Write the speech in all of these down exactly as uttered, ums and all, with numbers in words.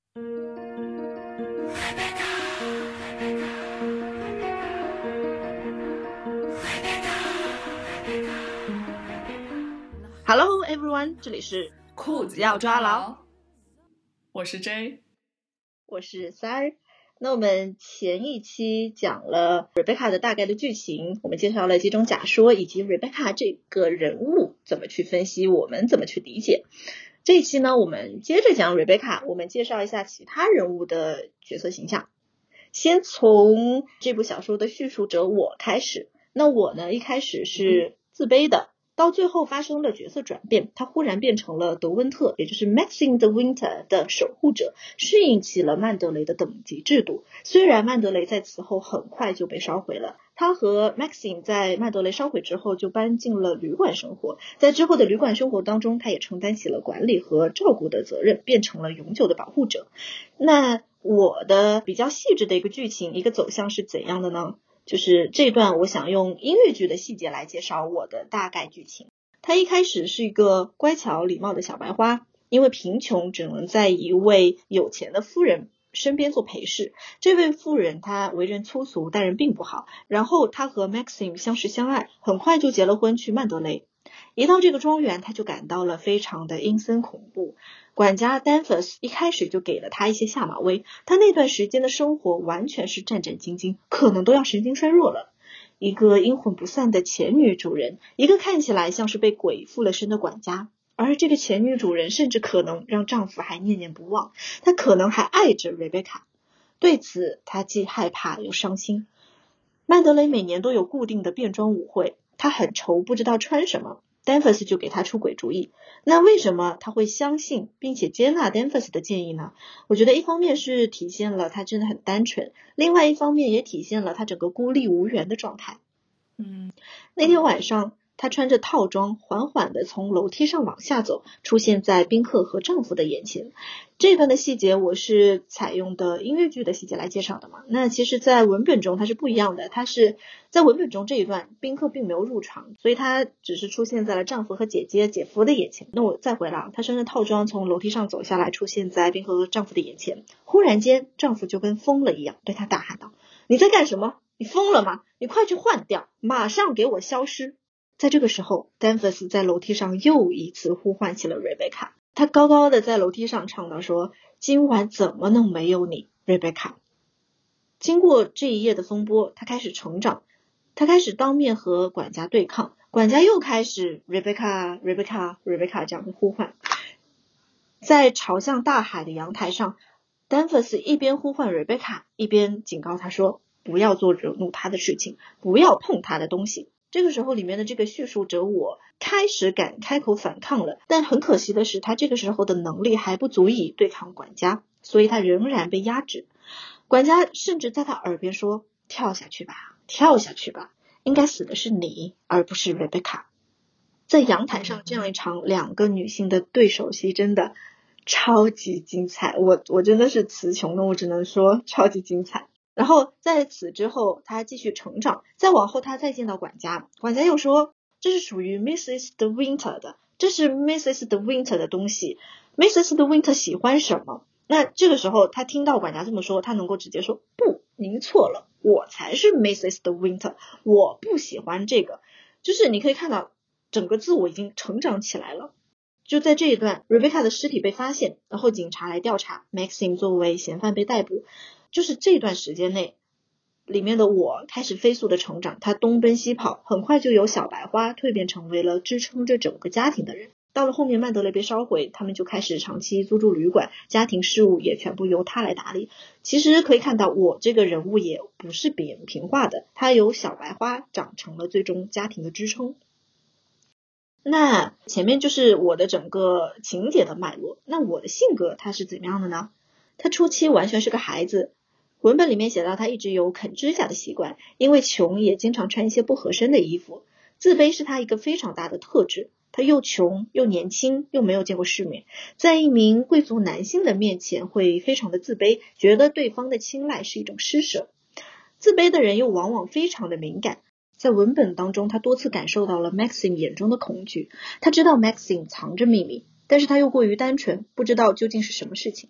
Hello everyone， 这里是裤子要抓牢，我是 J， 我是三儿。那我们前一期讲了 Rebecca 的大概的剧情，我们介绍了几种假说以及 Rebecca 这个人物怎么去分析，我们怎么去理解。这一期呢，我们接着讲 Rebecca， 我们介绍一下其他人物的角色形象。先从这部小说的叙述者我开始。那我呢，一开始是自卑的，到最后发生了角色转变，他忽然变成了德温特，也就是 Maxine the Winter 的守护者，适应起了曼德雷的等级制度。虽然曼德雷在此后很快就被烧毁了，他和 Maxine 在曼德雷烧毁之后就搬进了旅馆生活，在之后的旅馆生活当中，他也承担起了管理和照顾的责任，变成了永久的保护者。那我的比较细致的一个剧情，一个走向是怎样的呢？就是这段我想用音乐剧的细节来介绍我的大概剧情。他一开始是一个乖巧礼貌的小白花，因为贫穷只能在一位有钱的夫人身边做陪侍。这位夫人她为人粗俗，待人并不好，然后她和 Maxine 相识相爱，很快就结了婚，去曼德雷。一到这个庄园，他就感到了非常的阴森恐怖。管家 Danvers 一开始就给了他一些下马威，他那段时间的生活完全是战战兢兢，可能都要神经衰弱了。一个阴魂不散的前女主人，一个看起来像是被鬼附了身的管家，而这个前女主人甚至可能让丈夫还念念不忘，她可能还爱着 Rebecca。 对此她既害怕又伤心。曼德雷每年都有固定的变装舞会，她很愁不知道穿什么， Danvers 就给她出轨主意。那为什么她会相信并且接纳 Danvers 的建议呢？我觉得一方面是体现了她真的很单纯，另外一方面也体现了她整个孤立无援的状态。 嗯， 那天晚上她穿着套装缓缓地从楼梯上往下走，出现在宾客和丈夫的眼前。这段的细节我是采用的音乐剧的细节来介绍的嘛。那其实在文本中它是不一样的，它是在文本中这一段宾客并没有入场，所以她只是出现在了丈夫和姐姐姐夫的眼前。那我再回来，她穿着套装从楼梯上走下来，出现在宾客和丈夫的眼前。忽然间丈夫就跟疯了一样对她大喊道：你在干什么？你疯了吗？你快去换掉，马上给我消失。在这个时候 Danvers 在楼梯上又一次呼唤起了 Rebecca， 他高高的在楼梯上唱道说：今晚怎么能没有你 Rebecca。 经过这一夜的风波，他开始成长，他开始当面和管家对抗，管家又开始 Rebecca Rebecca Rebecca 这样的呼唤。在朝向大海的阳台上， Danvers 一边呼唤 Rebecca， 一边警告他说不要做惹怒他的事情，不要碰他的东西。这个时候里面的这个叙述者我开始敢开口反抗了，但很可惜的是他这个时候的能力还不足以对抗管家，所以他仍然被压制。管家甚至在他耳边说：跳下去吧，跳下去吧，应该死的是你而不是 Rebecca。 在阳台上这样一场两个女性的对手戏真的超级精彩，我我真的是词穷的，我只能说超级精彩。然后在此之后他继续成长，再往后他再见到管家，管家又说这是属于 Missus de Winter 的，这是 Missus de Winter 的东西， Missus de Winter 喜欢什么？那这个时候他听到管家这么说，他能够直接说不，您错了，我才是 Missus de Winter， 我不喜欢这个。就是你可以看到整个自我已经成长起来了。就在这一段 Rebecca 的尸体被发现，然后警察来调查， Maxine 作为嫌犯被逮捕，就是这段时间内里面的我开始飞速的成长，他东奔西跑，很快就由小白花蜕变成为了支撑着整个家庭的人。到了后面曼德雷被烧毁，他们就开始长期租住旅馆，家庭事务也全部由他来打理。其实可以看到我这个人物也不是扁平化的，他由小白花长成了最终家庭的支撑。那前面就是我的整个情节的脉络，那我的性格他是怎么样的呢？他初期完全是个孩子，文本里面写到他一直有啃指甲的习惯，因为穷也经常穿一些不合身的衣服。自卑是他一个非常大的特质，他又穷又年轻又没有见过世面，在一名贵族男性的面前会非常的自卑，觉得对方的青睐是一种施舍。自卑的人又往往非常的敏感，在文本当中他多次感受到了 Maxine 眼中的恐惧，他知道 Maxine 藏着秘密，但是他又过于单纯，不知道究竟是什么事情。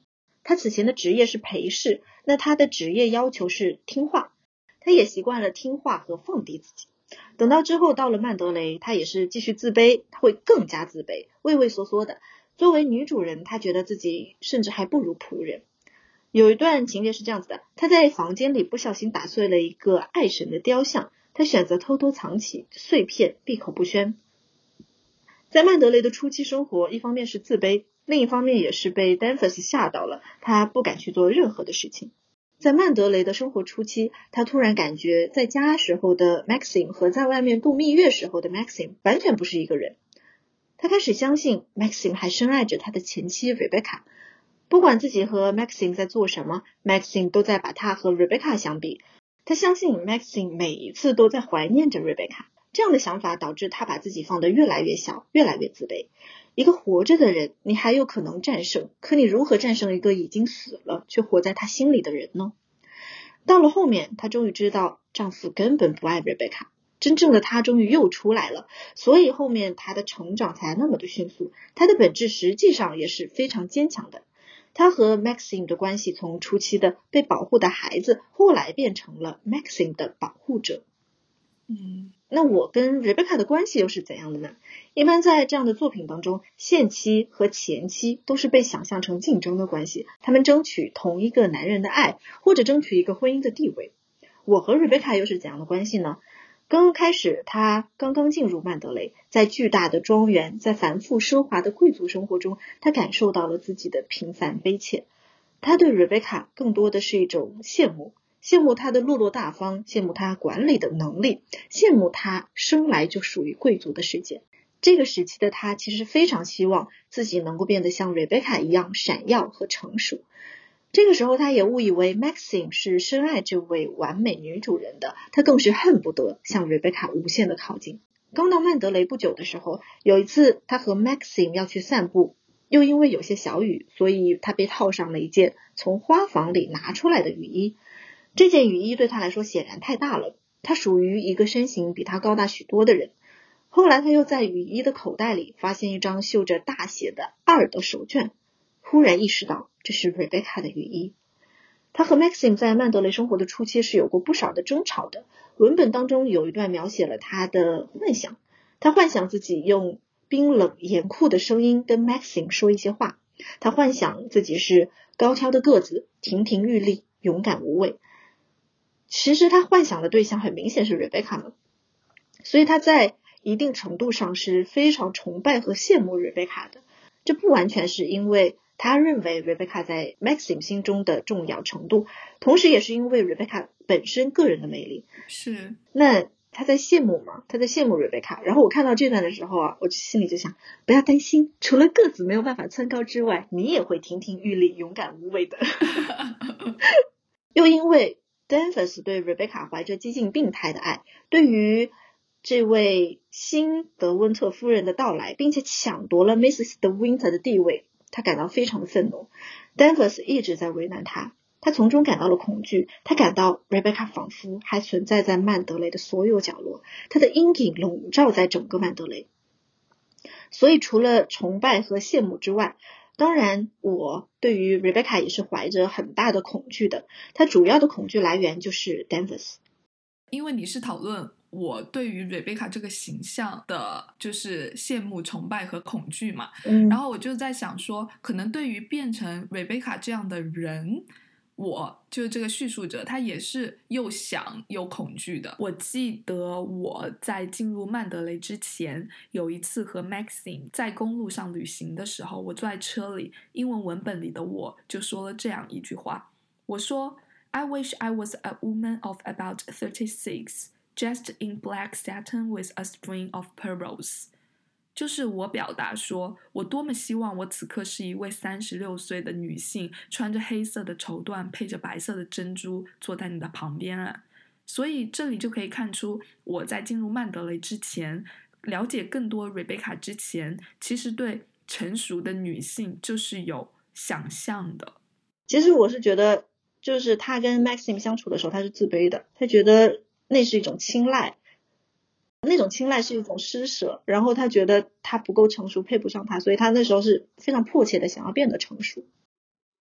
他此前的职业是陪侍，那他的职业要求是听话，他也习惯了听话和放低自己。等到之后到了曼德雷，他也是继续自卑，他会更加自卑，畏畏缩缩的。作为女主人，他觉得自己甚至还不如仆人。有一段情节是这样子的，他在房间里不小心打碎了一个爱神的雕像，他选择偷偷藏起碎片，闭口不宣。在曼德雷的初期生活，一方面是自卑，另一方面也是被 Danvers 吓到了，他不敢去做任何的事情。在曼德雷的生活初期，他突然感觉在家时候的 Maxim 和在外面度蜜月时候的 Maxim 完全不是一个人。他开始相信 Maxim 还深爱着他的前妻 Rebecca， 不管自己和 Maxim 在做什么， Maxim 都在把他和 Rebecca 相比。他相信 Maxim 每一次都在怀念着 Rebecca， 这样的想法导致他把自己放得越来越小，越来越自卑。一个活着的人，你还有可能战胜，可你如何战胜一个已经死了却活在他心里的人呢？到了后面，她终于知道丈夫根本不爱 Rebecca， 真正的她终于又出来了，所以后面她的成长才那么的迅速。她的本质实际上也是非常坚强的。她和 Maxim 的关系从初期的被保护的孩子，后来变成了 Maxim 的保护者。 嗯， 那我跟 Rebecca 的关系又是怎样的呢？一般在这样的作品当中，现妻和前妻都是被想象成竞争的关系，他们争取同一个男人的爱，或者争取一个婚姻的地位。我和 Rebecca 又是怎样的关系呢？刚刚开始，她刚刚进入曼德雷，在巨大的庄园，在繁复奢华的贵族生活中，她感受到了自己的平凡悲切。她对 Rebecca 更多的是一种羡慕，羡慕她的落落大方，羡慕她管理的能力，羡慕她生来就属于贵族的世界。这个时期的她其实非常希望自己能够变得像 Rebecca 一样闪耀和成熟。这个时候她也误以为 Maxim 是深爱这位完美女主人的，她更是恨不得向 Rebecca 无限的靠近。刚到曼德雷不久的时候，有一次她和 Maxim 要去散步，又因为有些小雨，所以她被套上了一件从花房里拿出来的雨衣。这件雨衣对她来说显然太大了，她属于一个身形比她高大许多的人。后来她又在雨衣的口袋里发现一张绣着大写的二的手绢，忽然意识到这是 Rebecca 的雨衣。她和 Maxim 在曼德雷生活的初期是有过不少的争吵的，文本当中有一段描写了她的幻想，她幻想自己用冰冷严酷的声音跟 Maxim 说一些话，她幻想自己是高挑的个子，亭亭玉立，勇敢无畏。其实她幻想的对象很明显是 Rebecca 嘛，所以她在一定程度上是非常崇拜和羡慕 Rebecca 的。这不完全是因为他认为 Rebecca 在 Maxim 心中的重要程度，同时也是因为 Rebecca 本身个人的魅力。 是， 那他在羡慕嘛？他在羡慕 Rebecca。然后我看到这段的时候啊，我心里就想，不要担心，除了个子没有办法蹿高之外，你也会亭亭玉立、勇敢无畏的。又因为 Danvers 对 Rebecca 怀着接近病态的爱，对于这位新德温特夫人的到来，并且抢夺了 Missus De Winter 的地位，他感到非常的愤怒。Danvers 一直在为难他，他从中感到了恐惧，他感到 Rebecca 仿佛还存在在曼德雷的所有角落，他的阴影笼罩在整个曼德雷。所以除了崇拜和羡慕之外，当然我对于 Rebecca 也是怀着很大的恐惧的，他主要的恐惧来源就是 Danvers。 因为你是讨论我对于 Rebecca 这个形象的就是羡慕、崇拜和恐惧嘛， 嗯， 然后我就在想说，可能对于变成 Rebecca 这样的人，我就是这个叙述者，他也是又想又恐惧的。我记得我在进入曼德雷之前，有一次和 Maxim 在公路上旅行的时候，我坐在车里，英文文本里的我就说了这样一句话，我说I wish I was a woman of about thirty-six, dressed in black satin with a string of pearls. 就是我表达说，我多么希望我此刻是一位三十六岁的女性，穿着黑色的绸缎，配着白色的珍珠，坐在你的旁边啊。所以这里就可以看出，我在进入曼德雷之前，了解更多 Rebecca 之前，其实对成熟的女性就是有想象的。 其实我是觉得，就是他跟 Maxim 相处的时候，他是自卑的，他觉得那是一种青睐，那种青睐是一种施舍，然后他觉得他不够成熟，配不上他，所以他那时候是非常迫切的想要变得成熟。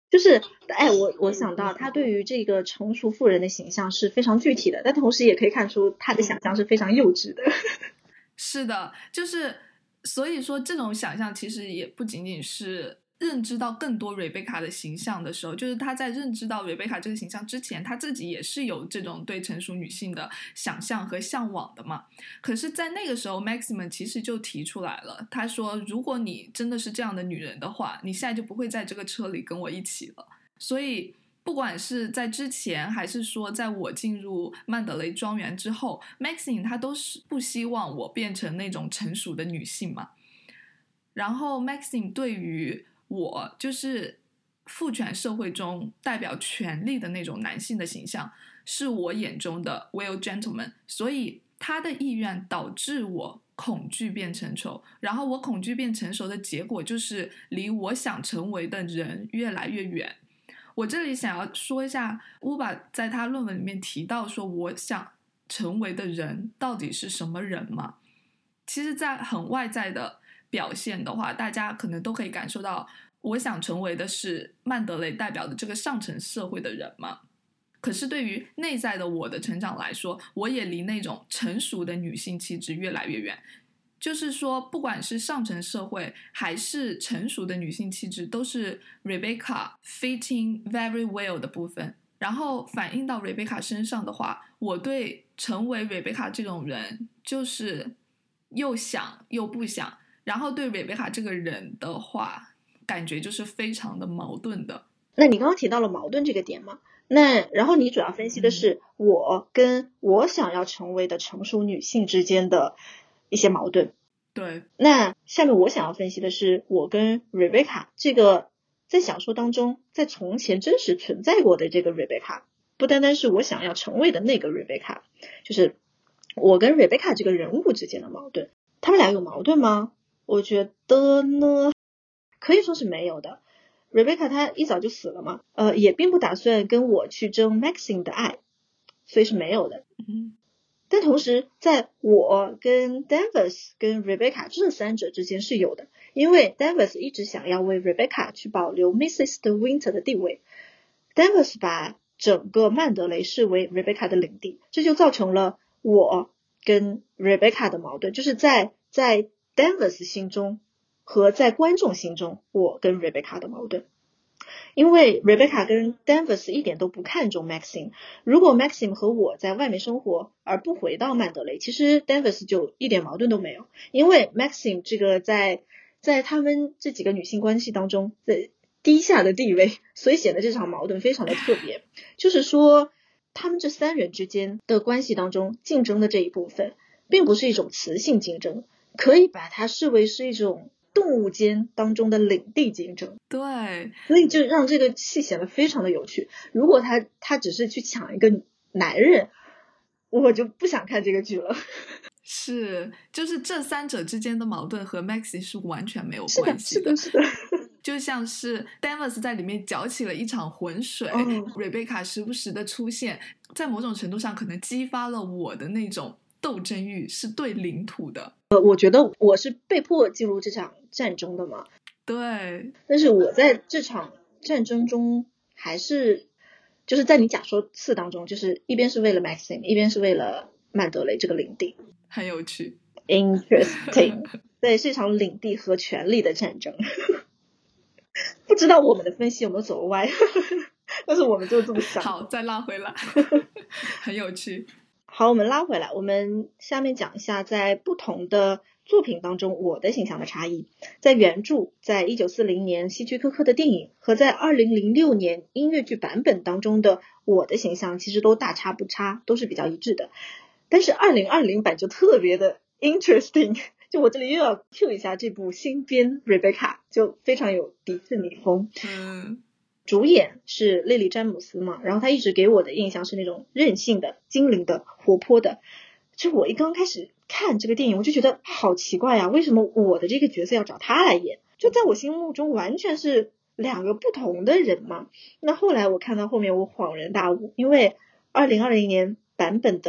就是哎，我我想到他对于这个成熟妇人的形象是非常具体的，但同时也可以看出他的想象是非常幼稚的。 是的，就是所以说这种想象其实也不仅仅是认知到更多瑞贝卡的形象的时候，就是他在认知到瑞贝卡这个形象之前，他自己也是有这种对成熟女性的想象和向往的嘛。可是在那个时候 Maxim 其实就提出来了，他说如果你真的是这样的女人的话，你现在就不会在这个车里跟我一起了。所以不管是在之前还是说在我进入曼德雷庄园之后， Maxim 他都是不希望我变成那种成熟的女性嘛。然后 Maxim 对于我就是父权社会中代表权力的那种男性的形象是我眼中的 well gentleman， 所以他的意愿导致我恐惧变成熟，然后我恐惧变成熟的结果就是离我想成为的人越来越远。我这里想要说一下，乌巴在他论文里面提到说我想成为的人到底是什么人嘛？其实在很外在的表现的话，大家可能都可以感受到我想成为的是曼德雷代表的这个上层社会的人嘛。可是对于内在的我的成长来说，我也离那种成熟的女性气质越来越远。就是说不管是上层社会还是成熟的女性气质，都是 Rebecca fitting very well 的部分。然后反映到 Rebecca 身上的话，我对成为 Rebecca 这种人就是又想又不想，然后对 Rebecca 这个人的话感觉就是非常的矛盾的。 那你刚刚提到了矛盾这个点嘛，那然后你主要分析的是我跟我想要成为的成熟女性之间的一些矛盾。 对， 那下面我想要分析的是我跟 Rebecca 这个在小说当中在从前真实存在过的这个 Rebecca， 不单单是我想要成为的那个 Rebecca， 就是我跟 Rebecca 这个人物之间的矛盾。他们俩有矛盾吗？我觉得呢可以说是没有的。 Rebecca 她一早就死了嘛，呃，也并不打算跟我去争 Maxim 的爱，所以是没有的。 嗯， 但同时在我跟 Danvers 跟 Rebecca 这三者之间是有的，因为 Danvers 一直想要为 Rebecca 去保留 Missus de Winter 的地位， Danvers 把整个曼德雷视为 Rebecca 的领地，这就造成了我跟 Rebecca 的矛盾，就是在在 Danvers 心中和在观众心中我跟 Rebecca 的矛盾。因为 Rebecca 跟 Danvers 一点都不看重 Maxim， 如果 Maxim 和我在外面生活而不回到曼德雷，其实 Danvers 就一点矛盾都没有，因为 Maxim 这个在在他们这几个女性关系当中的低下的地位，所以显得这场矛盾非常的特别。就是说他们这三人之间的关系当中竞争的这一部分并不是一种雌性竞争，可以把它视为是一种动物间当中的领地竞争。 对， 所以就让这个戏显得非常的有趣。如果他他只是去抢一个男人，我就不想看这个剧了。 是，就是这三者之间的矛盾和 Maxim 是完全没有关系的。是的，是的。 就像是 Danvers 在里面搅起了一场浑水，哦，Rebecca 时不时的出现，在某种程度上可能激发了我的那种斗争欲，是对领土的。 呃，我觉得我是被迫进入这场战争的嘛。 对， 但是我在这场战争中还是就是在你假说四当中，就是一边是为了 Maxim， 一边是为了曼德雷这个领地。 很有趣 Interesting 对，是一场领地和权力的战争。不知道我们的分析有没有走歪，但是我们就这么想。 好，再拉回来。很有趣。 好，我们拉回来，我们下面讲一下在不同的作品当中我的形象的差异。在原著，在一九四零年希区柯克的电影和在二零零六年音乐剧版本当中的我的形象其实都大差不差，都是比较一致的。但是二零二零版就特别的 interesting， 就我这里又要 cue 一下这部新编 Rebecca， 就非常有迪士尼风。 嗯， 主演是莉莉詹姆斯嘛，然后她一直给我的印象是那种任性的、精灵的、活泼的。就我一刚开始看这个电影，我就觉得好奇怪呀，为什么我的这个角色要找她来演？就在我心目中完全是两个不同的人嘛。那后来我看到后面，我恍然大悟，因为二零二零年版本的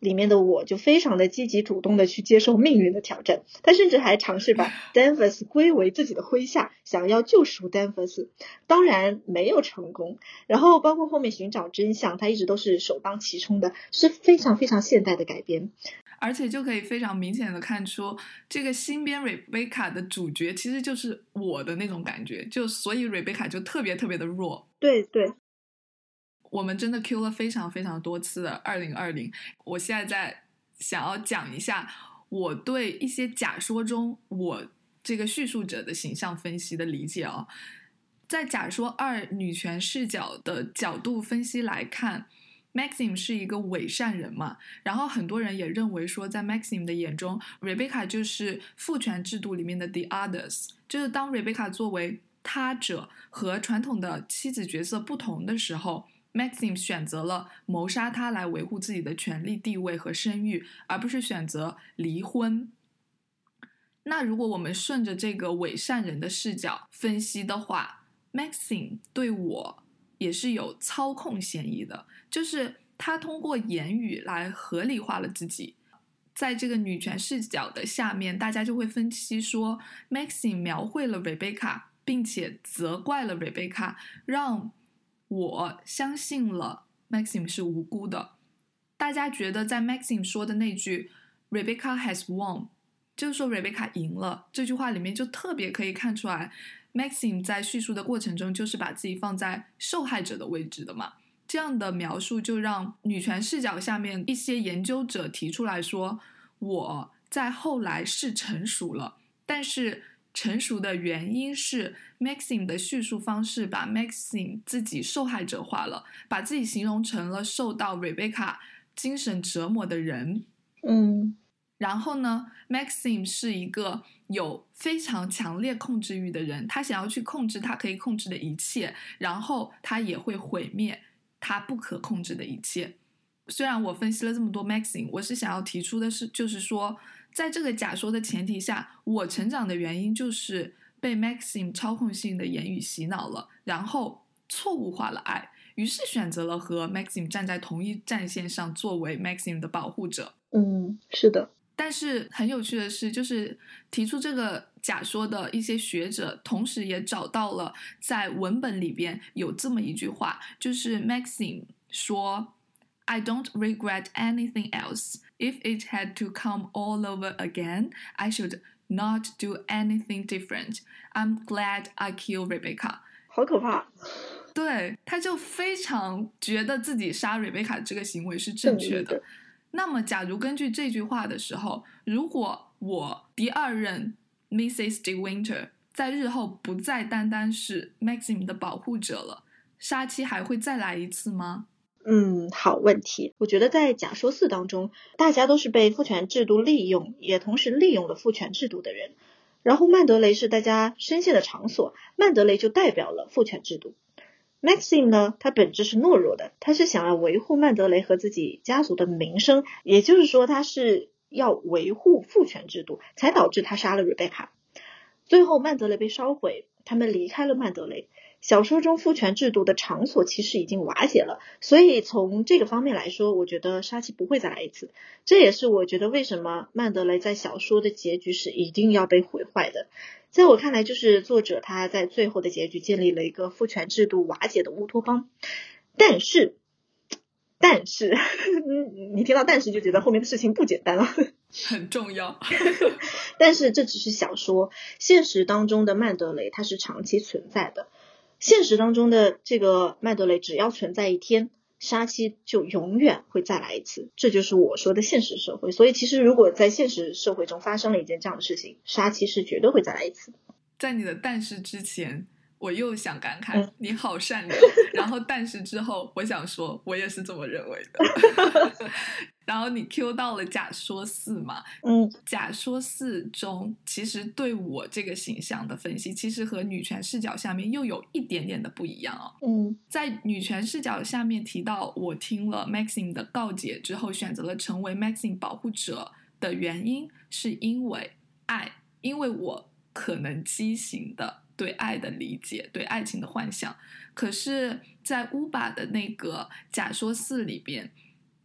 里面的我就非常的积极主动的去接受命运的挑战，他甚至还尝试把 Danvers 归为自己的麾下，想要救赎 Danvers， 当然没有成功。然后包括后面寻找真相，他一直都是首当其冲的，是非常非常现代的改编。 而且就可以非常明显的看出，这个新编 Rebecca 的主角其实就是我的那种感觉，就所以 Rebecca 就特别特别的弱。 对对， 我们真的 Q 了非常非常多次的二零二零。我现在在想要讲一下我对一些假说中我这个叙述者的形象分析的理解哦。在假说二女权视角的角度分析来看， Maxim 是一个伪善人嘛，然后很多人也认为说，在 Maxim 的眼中 Rebecca 就是父权制度里面的 the others， 就是当 Rebecca 作为他者和传统的妻子角色不同的时候， Maxim 选择了谋杀他来维护自己的权利地位和声誉，而不是选择离婚。那如果我们顺着这个伪善人的视角分析的话， Maxim 对我也是有操控嫌疑的，就是他通过言语来合理化了自己。在这个女权视角的下面，大家就会分析说 Maxim 描绘了 Rebecca， 并且责怪了 Rebecca， 让我相信了 Maxim 是无辜的。大家觉得在 Maxim 说的那句 Rebecca has won， 就是说 Rebecca 赢了，这句话里面就特别可以看出来 Maxim 在叙述的过程中就是把自己放在受害者的位置的嘛。这样的描述就让女权视角下面一些研究者提出来说，我在后来是成熟了，但是成熟的原因是 Maxim 的叙述方式把 Maxim 自己受害者化了，把自己形容成了受到 Rebecca 精神折磨的人。 嗯， 然后呢 Maxim 是一个有非常强烈控制欲的人，他想要去控制他可以控制的一切，然后他也会毁灭他不可控制的一切。虽然我分析了这么多 Maxim， 我是想要提出的是，就是说在这个假说的前提下，我成长的原因就是被 Maxim 操控性的言语洗脑了，然后错误化了爱，于是选择了和 Maxim 站在同一战线上，作为 Maxim 的保护者。 嗯，是的。 但是很有趣的是，就是提出这个假说的一些学者同时也找到了在文本里边有这么一句话，就是 Maxim 说 I don't regret anything else. If it had to come all over again, I should not do anything different. I'm glad I killed Rebecca. 好可怕。 对，他就非常觉得自己杀 Rebecca 这个行为是正确的。那么假如根据这句话的时候，如果我第二任 Missus De Winter 在日后不再单单是 Maxim 的保护者了，杀妻还会再来一次吗？ 嗯，好问题。我觉得在假说四当中，大家都是被父权制度利用，也同时利用了父权制度的人。然后曼德雷是大家深陷的场所，曼德雷就代表了父权制度。Maxim 呢，他本质是懦弱的，他是想要维护曼德雷和自己家族的名声，也就是说他是要维护父权制度，才导致他杀了 Rebecca。 最后曼德雷被烧毁，他们离开了曼德雷。小说中父权制度的场所其实已经瓦解了，所以从这个方面来说，我觉得杀妻不会再来一次。这也是我觉得为什么曼德雷在小说的结局是一定要被毁坏的。在我看来，就是作者他在最后的结局建立了一个父权制度瓦解的乌托邦。但是但是你听到但是就觉得后面的事情不简单了， 很重要。 但是这只是小说，现实当中的曼德雷它是长期存在的。现实当中的这个曼德雷只要存在一天，杀妻就永远会再来一次，这就是我说的现实社会。所以其实如果在现实社会中发生了一件这样的事情，杀妻是绝对会再来一次。 在你的但是之前，我又想感慨、嗯、你好善良，然后但是之后我想说我也是这么认为的。然后你 Q 到了假说四嘛， 嗯， 假说四中其实对我这个形象的分析其实和女权视角下面又有一点点的不一样哦。 嗯， 在女权视角下面提到我听了 Maxim 的告解之后选择了成为 Maxim 保护者的原因是因为爱，因为我可能畸形的对爱的理解，对爱情的幻想。可是在乌巴的那个假说四里边，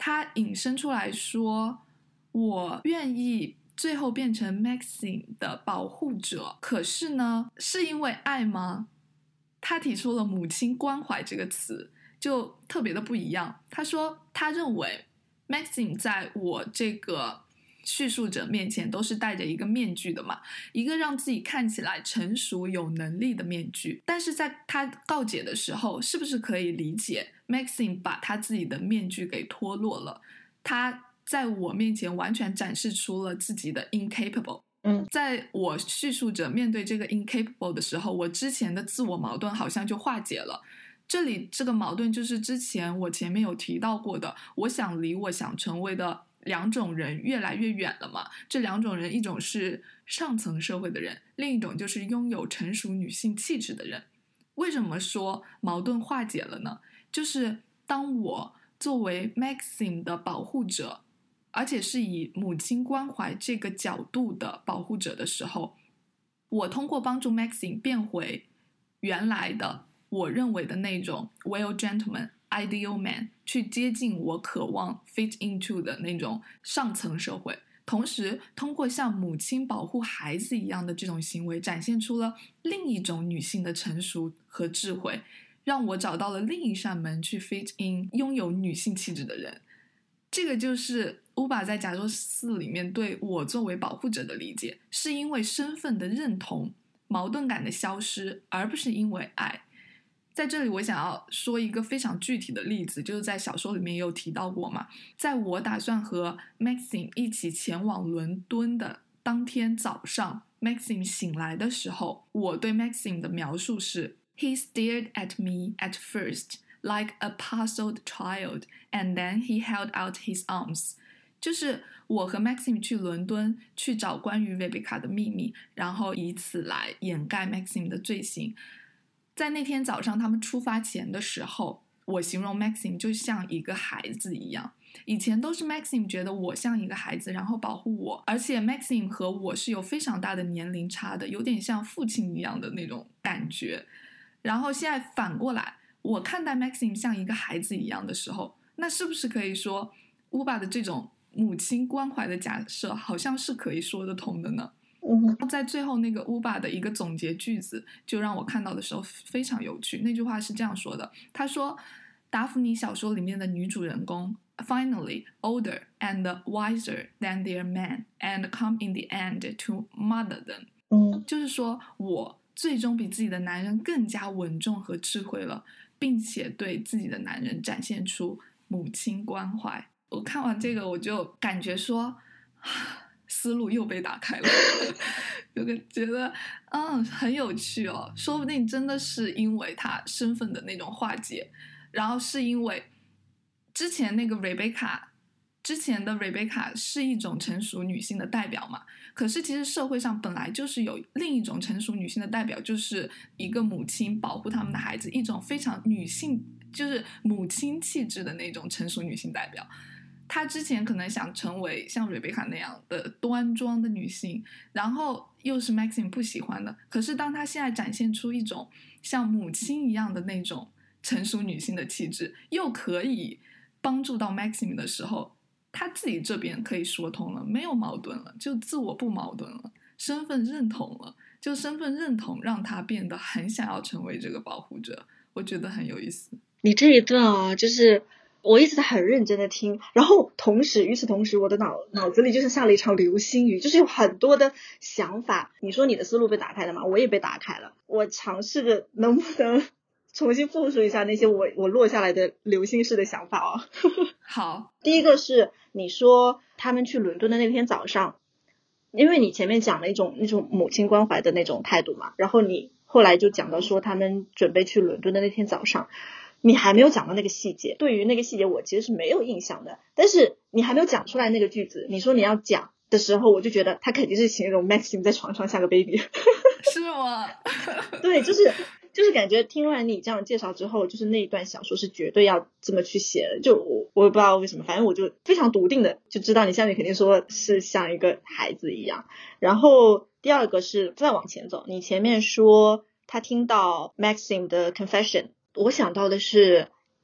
他引申出来说，我愿意最后变成 Maxim 的保护者，可是呢，是因为爱吗？他提出了母亲关怀这个词，就特别的不一样。他说他认为 Maxim 在我这个叙述者面前都是戴着一个面具的嘛，一个让自己看起来成熟有能力的面具。但是在他告解的时候，是不是可以理解 Maxim 把他自己的面具给脱落了，他在我面前完全展示出了自己的 incapable。 嗯， 在我叙述者面对这个 incapable 的时候，我之前的自我矛盾好像就化解了。这里这个矛盾就是之前我前面有提到过的，我想离我想成为的两种人越来越远了嘛。这两种人，一种是上层社会的人，另一种就是拥有成熟女性气质的人。为什么说矛盾化解了呢？就是当我作为 Maxim 的保护者，而且是以母亲关怀这个角度的保护者的时候，我通过帮助 Maxim 变回原来的我认为的那种 well gentleman ideal man， 去接近我渴望 fit into 的那种上层社会，同时通过像母亲保护孩子一样的这种行为，展现出了另一种女性的成熟和智慧，让我找到了另一扇门去 fit in 拥有女性气质的人。这个就是乌巴在假说四里面对我作为保护者的理解，是因为身份的认同，矛盾感的消失，而不是因为爱。在这里我想要说一个非常具体的例子，就是在小说里面也有提到过嘛。在我打算和 Maxim 一起前往伦敦的当天早上， Maxim 醒来的时候，我对 Maxim 的描述是 He stared at me at first like a puzzled child, and then he held out his arms. 就是我和 Maxim 去伦敦去找关于 Rebecca 的秘密，然后以此来掩盖 Maxim 的罪行。在那天早上他们出发前的时候，我形容 Maxim 就像一个孩子一样。以前都是 Maxim 觉得我像一个孩子，然后保护我，而且 Maxim 和我是有非常大的年龄差的，有点像父亲一样的那种感觉。然后现在反过来，我看待 Maxim 像一个孩子一样的时候，那是不是可以说乌巴的这种母亲关怀的假设好像是可以说得通的呢？ 嗯， 在最后那个乌巴的一个总结句子就让我看到的时候非常有趣。那句话是这样说的，他说达芙妮小说里面的女主人公 finally older and wiser than their men and come in the end to mother them。 嗯， 就是说我最终比自己的男人更加稳重和智慧了，并且对自己的男人展现出母亲关怀。我看完这个我就感觉说思路又被打开了有个觉得嗯很有趣哦，说不定真的是因为他身份的那种化解，然后是因为之前那个 Rebecca 之前的 Rebecca 是一种成熟女性的代表嘛，可是其实社会上本来就是有另一种成熟女性的代表，就是一个母亲保护他们的孩子，一种非常女性就是母亲气质的那种成熟女性代表。她之前可能想成为像 Rebecca 那样的端庄的女性，然后又是 Maxim 不喜欢的，可是当她现在展现出一种像母亲一样的那种成熟女性的气质，又可以帮助到 Maxim 的时候，她自己这边可以说通了，没有矛盾了，就自我不矛盾了，身份认同了，就身份认同让她变得很想要成为这个保护者，我觉得很有意思。 你这一段啊，就是我一直在很认真的听，然后同时与此同时我的脑脑子里就是下了一场流星雨，就是有很多的想法。你说你的思路被打开了吗？我也被打开了，我尝试着能不能重新复述一下那些我我落下来的流星式的想法啊。 好， 第一个是你说他们去伦敦的那天早上，因为你前面讲了一种那种母亲关怀的那种态度嘛，然后你后来就讲到说他们准备去伦敦的那天早上，你还没有讲到那个细节，对于那个细节我其实是没有印象的，但是你还没有讲出来那个句子，你说你要讲的时候，我就觉得他肯定是形容 Maxim 在床上像个 baby 是吗？ 对，就是就是感觉听完你这样介绍之后，就是那一段小说是绝对要这么去写的，就我我也不知道为什么，反正我就非常笃定的就知道你下面肯定说是像一个孩子一样。然后第二个是再往前走，你前面说他听到 Maxim 的 confession，我想到的是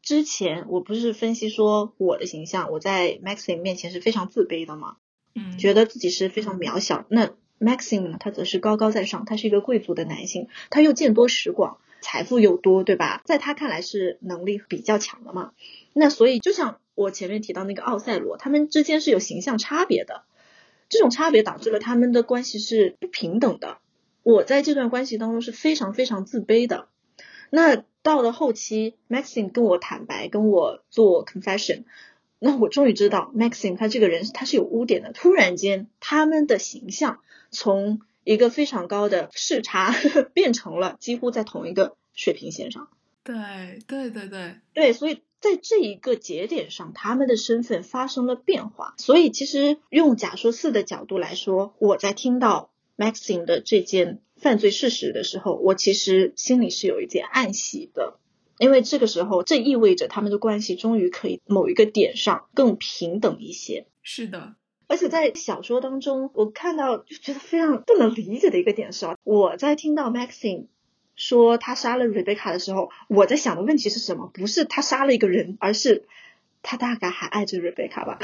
之前我不是分析说我的形象，我在 Maxim 面前是非常自卑的嘛， 嗯， 觉得自己是非常渺小。那 Maxim 呢，他则是高高在上，他是一个贵族的男性，他又见多识广，财富又多，对吧？在他看来是能力比较强的嘛。那所以就像我前面提到那个奥赛罗，他们之间是有形象差别的，这种差别导致了他们的关系是不平等的。我在这段关系当中是非常非常自卑的。那到了后期 Maxim 跟我坦白，跟我做 confession， 那我终于知道 Maxim 他这个人他是有污点的。突然间他们的形象从一个非常高的视差变成了几乎在同一个水平线上。 对对对对对，所以在这一个节点上他们的身份发生了变化。所以其实用假说四的角度来说，我在听到 Maxim 的这件犯罪事实的时候，我其实心里是有一点暗喜的，因为这个时候这意味着他们的关系终于可以某一个点上更平等一些。 是的。 而且在小说当中我看到就觉得非常不能理解的一个点是啊，我在听到 Maxim 说他杀了 Rebecca 的时候，我在想的问题是什么？不是他杀了一个人，而是他大概还爱着 Rebecca 吧。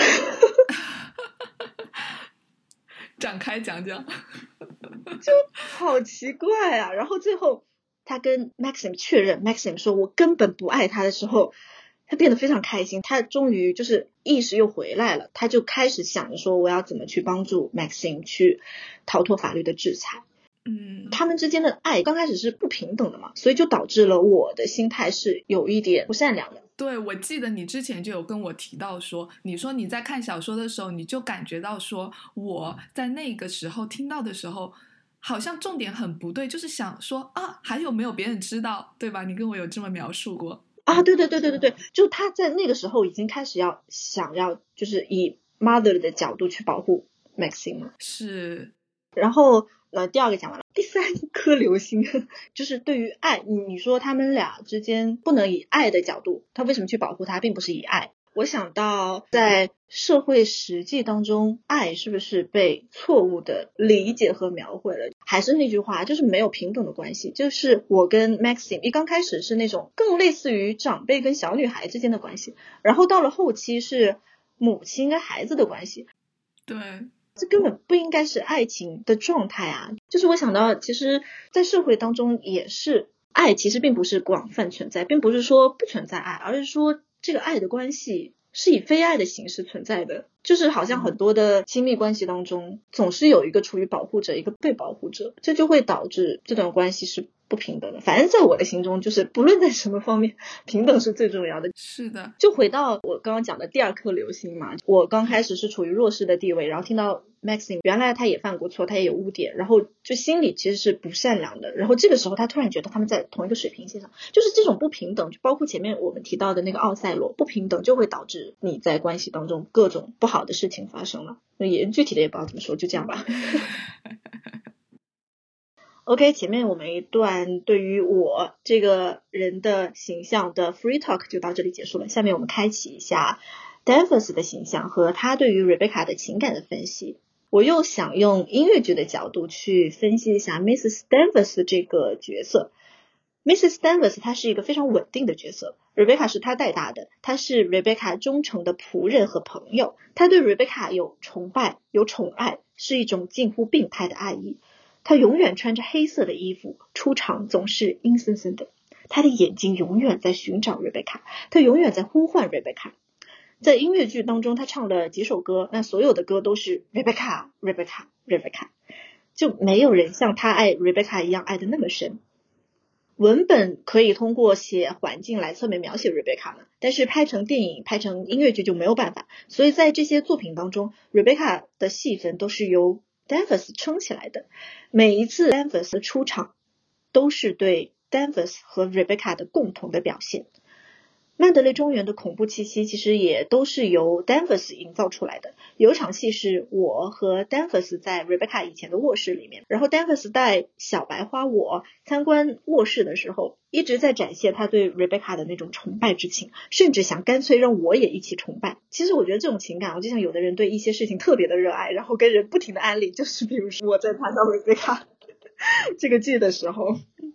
展开讲讲。 就好奇怪啊。然后最后他跟 Maxim 确认， Maxim 说我根本不爱他的时候，他变得非常开心，他终于就是意识又回来了，他就开始想着说我要怎么去帮助 Maxim 去逃脱法律的制裁。 嗯， 他们之间的爱刚开始是不平等的嘛，所以就导致了我的心态是有一点不善良的。 对，我记得你之前就有跟我提到说，你说你在看小说的时候，你就感觉到说我在那个时候听到的时候好像重点很不对，就是想说啊，还有没有别人知道，对吧？你跟我有这么描述过啊。对对对对对对，就他在那个时候已经开始要想要就是以 mother 的角度去保护 Maxim 了。 是。 然后呃，第二个讲完了，第三颗流星就是对于爱，你说他们俩之间不能以爱的角度，他为什么去保护他，并不是以爱。我想到在社会实际当中，爱是不是被错误的理解和描绘了？还是那句话，就是没有平等的关系。就是我跟 Maxim 一刚开始是那种更类似于长辈跟小女孩之间的关系，然后到了后期是母亲跟孩子的关系。 对， 这根本不应该是爱情的状态啊。就是我想到其实在社会当中也是，爱其实并不是广泛存在，并不是说不存在爱，而是说这个爱的关系是以非爱的形式存在的。就是好像很多的亲密关系当中总是有一个处于保护者，一个被保护者，这就会导致这段关系是不平等的。反正在我的心中，就是不论在什么方面，平等是最重要的。 是的。 就回到我刚刚讲的第二颗流星嘛，我刚开始是处于弱势的地位，然后听到 Maxim 原来他也犯过错，他也有污点，然后就心里其实是不善良的。然后这个时候他突然觉得他们在同一个水平线上，就是这种不平等，就包括前面我们提到的那个奥赛罗，不平等就会导致你在关系当中各种不好的事情发生了。也具体的也不知道怎么说，就这样吧。OK， 前面我们一段对于我这个人的形象的 free talk 就到这里结束了。下面我们开启一下 Danvers 的形象和他对于 Rebecca 的情感的分析。我又想用音乐剧的角度去分析一下 Missus Danvers 这个角色。Missus Danvers 她是一个非常稳定的角色， Rebecca 是她带大的，她是 Rebecca 忠诚的仆人和朋友，她对 Rebecca 有崇拜有宠爱，是一种近乎病态的爱意。他永远穿着黑色的衣服，出场总是阴森森的。他的眼睛永远在寻找 Rebecca， 他永远在呼唤 Rebecca。在音乐剧当中，他唱了几首歌，那所有的歌都是 Rebecca Rebecca Rebecca， 就没有人像他爱 Rebecca 一样爱得那么深。文本可以通过写环境来侧面描写 Rebecca 嘛，但是拍成电影拍成音乐剧就没有办法。所以在这些作品当中， Rebecca 的戏份都是由Danvers 撑起来的。每一次 Danvers 的出场都是对 Danvers 和 Rebecca 的共同的表现。曼德雷庄园的恐怖气息其实也都是由 Danvers 营造出来的。有一场戏是我和 Danvers 在 Rebecca 以前的卧室里面，然后 Danvers 带小白花我参观卧室的时候，一直在展现他对 Rebecca 的那种崇拜之情，甚至想干脆让我也一起崇拜。其实我觉得这种情感，我就像有的人对一些事情特别的热爱，然后跟人不停的安利，就是比如说我在谈到 Rebecca 这个剧的时候，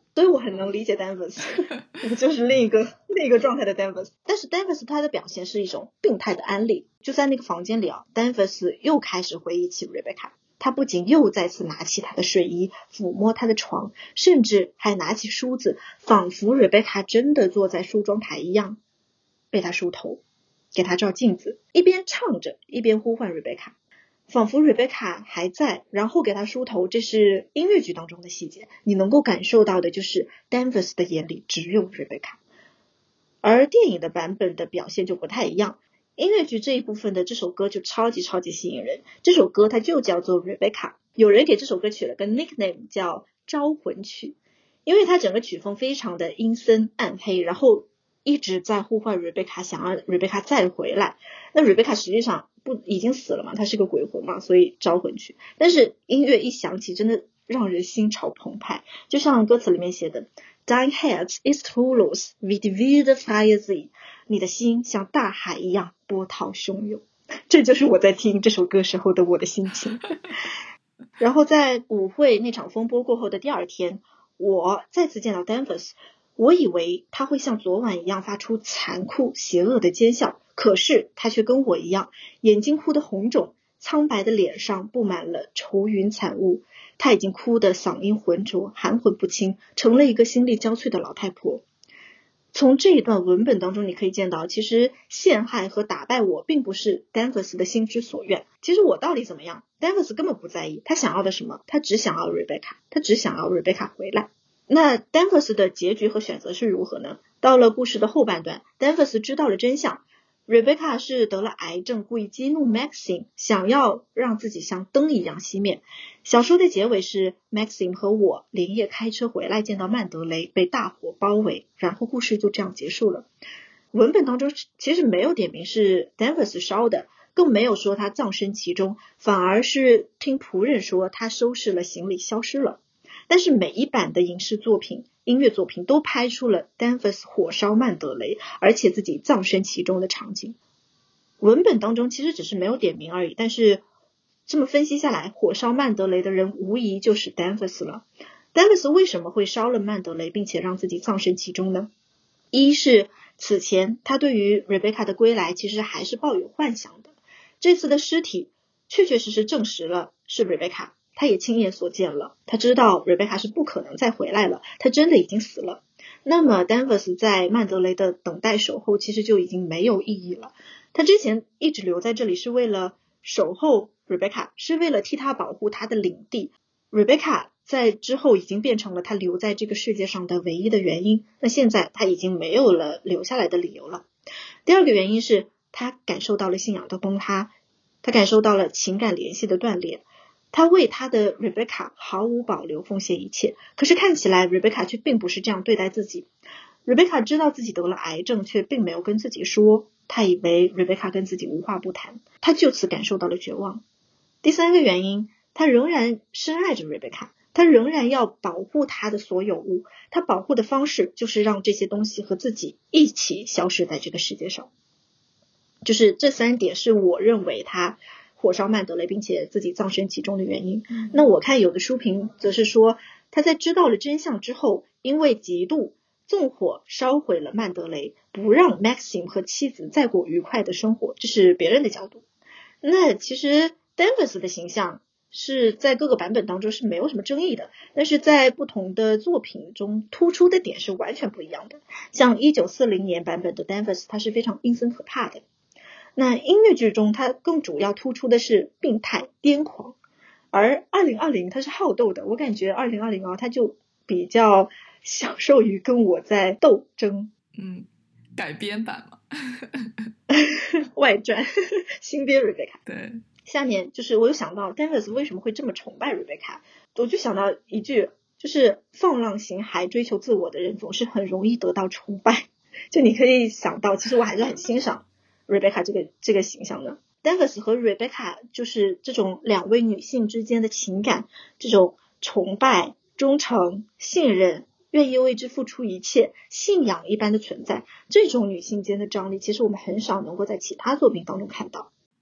所以我很能理解 Danvers 我就是另一个另一个状态的 Danvers。 但是 Danvers 他的表现是一种病态的安利。就在那个房间里啊 Danvers 又开始回忆起 Rebecca， 他不仅又再次拿起她的睡衣，抚摸她的床，甚至还拿起梳子，仿佛 Rebecca 真的坐在梳妆台一样，为她梳头，给她照镜子，一边唱着一边呼唤 Rebecca，仿佛 Rebecca 还在，然后给她梳头。这是音乐剧当中的细节，你能够感受到的就是 Danvers 的眼里只有 Rebecca。 而电影的版本的表现就不太一样，音乐剧这一部分的这首歌就超级超级吸引人。这首歌它就叫做 Rebecca， 有人给这首歌取了个 nickname 叫招魂曲，因为它整个曲风非常的阴森暗黑，然后一直在呼唤 Rebecca， 想让 Rebecca 再回来。那 Rebecca 实际上不已经死了嘛，她是个鬼魂嘛，所以招魂曲。但是音乐一响起，真的让人心潮澎湃，就像歌词里面写的 Dein Herz ist Fluss wie die wilde freie See， 你的心像大海一样波涛汹涌。这就是我在听这首歌时候的我的心情。然后在舞会那场风波过后的第二天，我再次见到 Danvers， 我以为他会像昨晚一样发出残酷邪恶的奸笑，可是他却跟我一样，眼睛哭得红肿，苍白的脸上布满了愁云惨雾。他已经哭得嗓音浑浊，含混不清，成了一个心力交瘁的老太婆。从这一段文本当中你可以见到，其实陷害和打败我并不是 Danvers 的心之所愿。其实我到底怎么样 Danvers 根本不在意，他想要的什么？他只想要 Rebecca， 他只想要 Rebecca 回来。那 Danvers 的结局和选择是如何呢？到了故事的后半段， Danvers 知道了真相， Rebecca 是得了癌症，故意激怒 Maxine， 想要让自己像灯一样熄灭。小说的结尾是 Maxine 和我连夜开车回来，见到曼德雷被大火包围，然后故事就这样结束了。文本当中其实没有点名是 Danvers 烧的，更没有说他葬身其中，反而是听仆人说他收拾了行李消失了。但是每一版的影视作品音乐作品都拍出了 Danvers 火烧曼德雷，而且自己葬身其中的场景。文本当中其实只是没有点名而已，但是这么分析下来，火烧曼德雷的人无疑就是 Danvers 了。 Danvers 为什么会烧了曼德雷并且让自己葬身其中呢？一是此前他对于 Rebecca 的归来其实还是抱有幻想的，这次的尸体确确实实证实了是 Rebecca，他也亲眼所见了，他知道 Rebecca 是不可能再回来了，他真的已经死了。那么 Danvers 在曼德雷的等待守候其实就已经没有意义了，他之前一直留在这里是为了守候 Rebecca， 是为了替他保护他的领地。 Rebecca 在之后已经变成了他留在这个世界上的唯一的原因，那现在他已经没有了留下来的理由了。第二个原因是他感受到了信仰的崩塌，他感受到了情感联系的断裂，他为他的 Rebecca 毫无保留奉献一切，可是看起来 Rebecca 却并不是这样对待自己。 Rebecca 知道自己得了癌症，却并没有跟自己说，他以为 Rebecca 跟自己无话不谈，他就此感受到了绝望。第三个原因，他仍然深爱着 Rebecca， 他仍然要保护他的所有物，他保护的方式就是让这些东西和自己一起消失在这个世界上。就是这三点是我认为他火烧曼德雷并且自己葬身其中的原因。那我看有的书评则是说，他在知道了真相之后，因为嫉妒纵火烧毁了曼德雷，不让 Maxine 和妻子再过愉快的生活，这是别人的角度。那其实 Danvers 的形象是在各个版本当中是没有什么争议的，但是在不同的作品中突出的点是完全不一样的。像一九四零年版本的 Danvers 他是非常阴森可怕的，那音乐剧中它更主要突出的是病态癫狂，而二零二零它是好斗的。我感觉二零二零啊，它就比较享受于跟我在斗争。 嗯，改编版嘛外传新编 Rebecca。 对， 下面就是我有想到 Danvers 为什么会这么崇拜 Rebecca， 我就想到一句，就是放浪形骸追求自我的人总是很容易得到崇拜。就你可以想到，其实我还是很欣赏 Rebecca 这个这个形象的。 Danvers 和 Rebecca 就是这种两位女性之间的情感，这种崇拜、忠诚、信任，愿意为之付出一切，信仰一般的存在，这种女性间的张力其实我们很少能够在其他作品当中看到。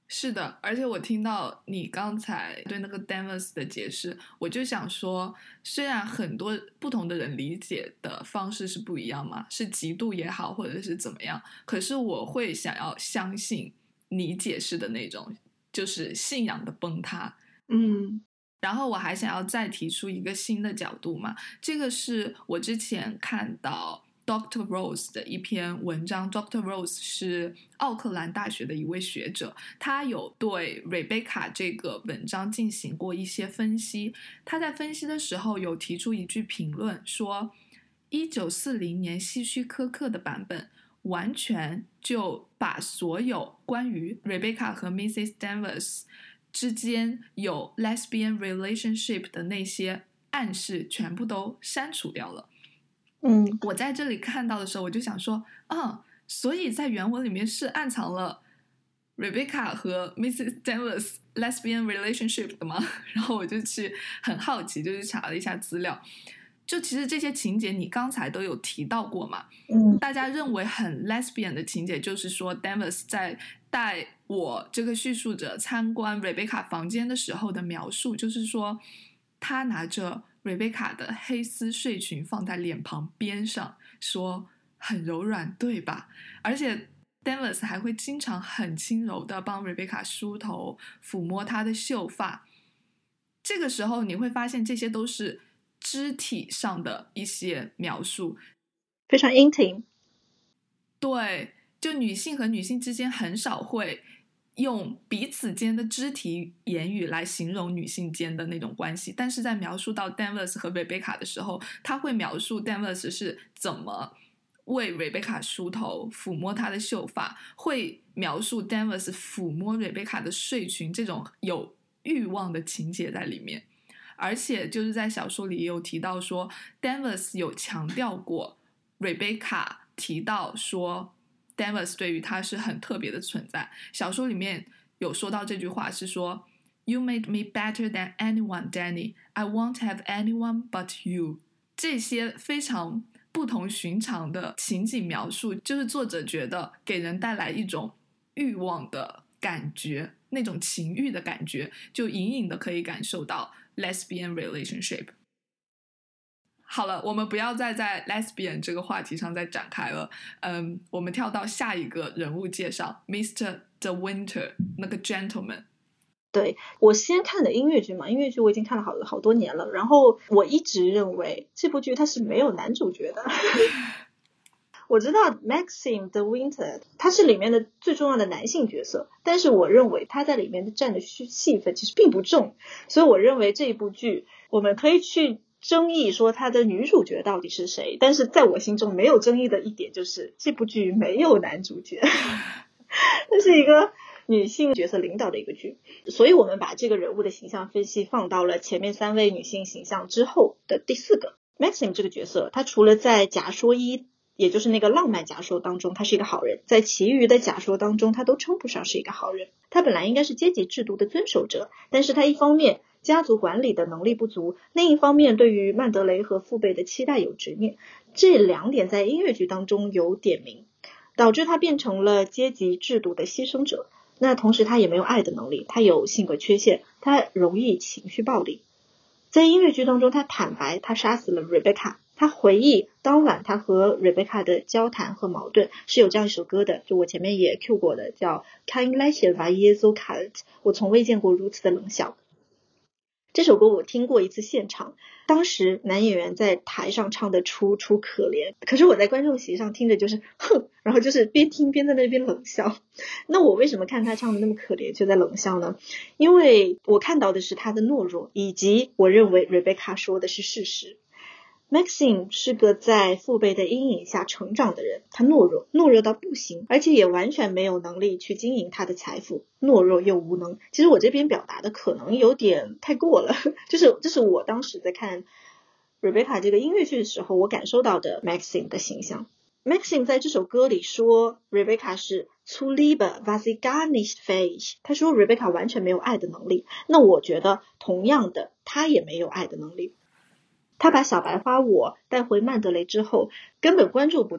是的，而且我听到你刚才对那个 Danvers 的解释，我就想说，虽然很多不同的人理解的方式是不一样嘛，是嫉妒也好，或者是怎么样，可是我会想要相信你解释的那种，就是信仰的崩塌。 嗯， 然后我还想要再提出一个新的角度嘛，这个是我之前看到Doctor Rose 的一篇文章。 Doctor Rose 是奥克兰大学的一位学者，他有对 Rebecca 这个文章进行过一些分析。他在分析的时候有提出一句评论，说一九四零年希区柯克的版本完全就把所有关于 Rebecca 和 Missus Danvers 之间有 lesbian relationship 的那些暗示全部都删除掉了。 嗯， 我在这里看到的时候，我就想说，啊，所以在原文里面是暗藏了 Rebecca 和 Missus Danvers lesbian relationship 的吗？然后我就去很好奇，就去查了一下资料。就其实这些情节你刚才都有提到过嘛， 嗯， 大家认为很 lesbian 的情节就是说 Danvers 在带我这个叙述者参观 Rebecca 房间的时候的描述，就是说他拿着Rebecca 的黑丝睡裙放在脸庞边上，说很柔软对吧？而且 Danvers 还会经常很轻柔的帮 Rebecca 梳头，抚摸她的秀发。这个时候你会发现这些都是肢体上的一些描述， 非常 intimate。 对，就女性和女性之间很少会用彼此间的肢体言语来形容女性间的那种关系，但是在描述到 Danvers 和 Rebecca 的时候，他会描述 Danvers 是怎么为 Rebecca 梳头，抚摸她的秀发，会描述 Danvers 抚摸 Rebecca 的睡裙，这种有欲望的情节在里面。而且就是在小说里也有提到说 Danvers 有强调过 Rebecca 提到说 Danvers 对于他是很特别的存在。小说里面有说到这句话是说 You made me better than anyone, Danny. I won't have anyone but you. 这些非常不同寻常的情景描述，就是作者觉得给人带来一种欲望的感觉，那种情欲的感觉，就隐隐的可以感受到 lesbian relationship。好了，我们不要再在 lesbian 这个话题上再展开了。嗯，我们跳到下一个人物介绍 Mister De Winter 那个 gentleman。 对，我先看的音乐剧嘛，音乐剧我已经看了好好多年了，然后我一直认为这部剧它是没有男主角的。我知道 Maxim De Winter 他是里面的最重要的男性角色，但是我认为他在里面占的戏份其实并不重，所以我认为这一部剧我们可以去争议说他的女主角到底是谁，但是在我心中没有争议的一点就是这部剧没有男主角。这是一个女性角色领导的一个剧，所以我们把这个人物的形象分析放到了前面三位女性形象之后的第四个 Maxim 这个角色，他除了在假说一也就是那个浪漫假说当中他是一个好人，在其余的假说当中他都称不上是一个好人。他本来应该是阶级制度的遵守者，但是他一方面家族管理的能力不足，另一方面对于曼德雷和父辈的期待有执念，这两点在音乐剧当中有点名，导致他变成了阶级制度的牺牲者。那同时他也没有爱的能力，他有性格缺陷，他容易情绪暴力。在音乐剧当中他坦白他杀死了 Rebecca， 他回忆当晚他和 Rebecca 的交谈和矛盾，是有这样一首歌的，就我前面也 Q 过的，叫 Kein Lächeln war je so kalt， 我从未见过如此的冷笑。这首歌我听过一次现场，当时男演员在台上唱的楚楚可怜，可是我在观众席上听着就是哼，然后就是边听边在那边冷笑。那我为什么看他唱的那么可怜就在冷笑呢？因为我看到的是他的懦弱，以及我认为 Rebecca 说的是事实。Maxim 是个在父辈的阴影下成长的人，他懦弱，懦弱到不行，而且也完全没有能力去经营他的财富，懦弱又无能。其实我这边表达的可能有点太过了，就是这是我当时在看 Rebecca 这个音乐剧的时候我感受到的 Maxim 的形象。Maxim 在这首歌里说 Rebecca 是 zu Liebe war sie gar nicht fähig， 他说 Rebecca 完全没有爱的能力，那我觉得同样的他也没有爱的能力。他把小白花我带回曼德雷之后，根本关注不到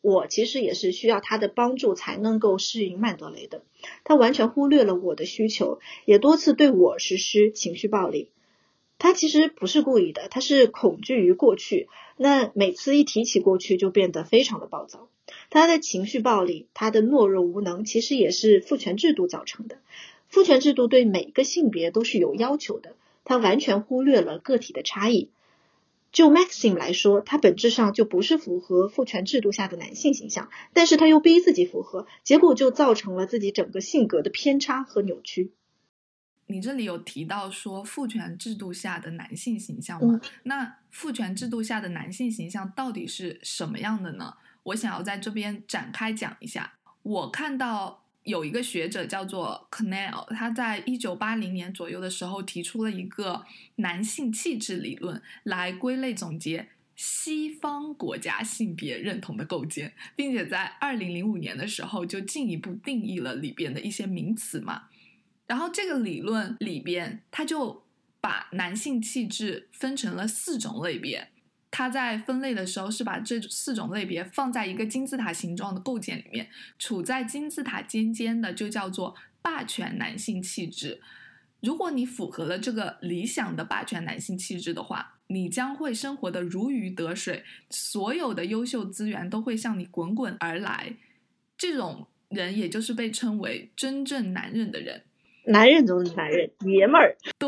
我其实也是需要他的帮助才能够适应曼德雷的。他完全忽略了我的需求，也多次对我实施情绪暴力。他其实不是故意的，他是恐惧于过去，那每次一提起过去就变得非常的暴躁。他的情绪暴力，他的懦弱无能，其实也是父权制度造成的。父权制度对每个性别都是有要求的，他完全忽略了个体的差异。就 Maxim 来说，他本质上就不是符合父权制度下的男性形象，但是他又逼自己符合，结果就造成了自己整个性格的偏差和扭曲。 你这里有提到说父权制度下的男性形象吗？嗯、那父权制度下的男性形象到底是什么样的呢？我想要在这边展开讲一下。我看到有一个学者叫做 Connell， 他在一九八零年左右的时候提出了一个男性气质理论，来归类总结西方国家性别认同的构建，并且在二零零五年的时候就进一步定义了里边的一些名词嘛。然后这个理论里边，他就把男性气质分成了四种类别。他在分类的时候是把这四种类别放在一个金字塔形状的构件里面，处在金字塔尖尖的就叫做霸权男性气质。如果你符合了这个理想的霸权男性气质的话，你将会生活的如鱼得水，所有的优秀资源都会向你滚滚而来。这种人也就是被称为真正男人的人。 男人中的男人，爷们儿。 对，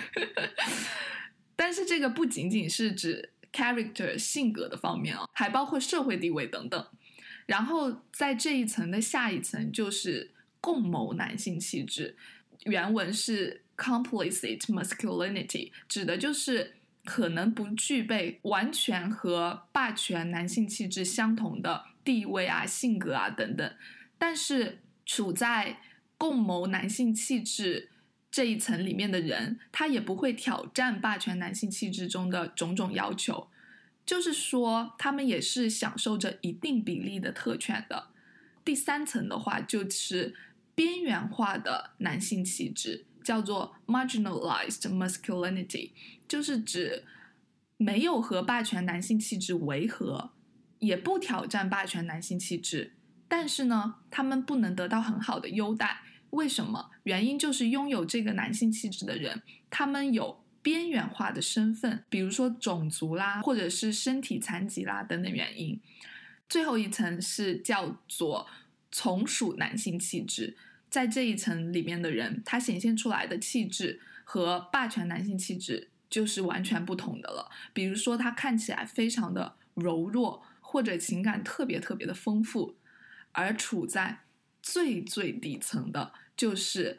但是这个不仅仅是指 character 性格的方面啊，还包括社会地位等等。然后在这一层的下一层就是共谋男性气质，原文是 complicit masculinity， 指的就是可能不具备完全和霸权男性气质相同的地位啊、性格啊等等，但是处在共谋男性气质这一层里面的人，他也不会挑战霸权男性气质中的种种要求，就是说他们也是享受着一定比例的特权的。第三层的话就是边缘化的男性气质，叫做 marginalized masculinity， 就是指没有和霸权男性气质违和，也不挑战霸权男性气质，但是呢他们不能得到很好的优待。为什么？原因就是拥有这个男性气质的人，他们有边缘化的身份，比如说种族啦，或者是身体残疾啦等等原因。最后一层是叫做从属男性气质，在这一层里面的人，他显现出来的气质和霸权男性气质就是完全不同的了。比如说他看起来非常的柔弱，或者情感特别特别的丰富，而处在最最底层的就是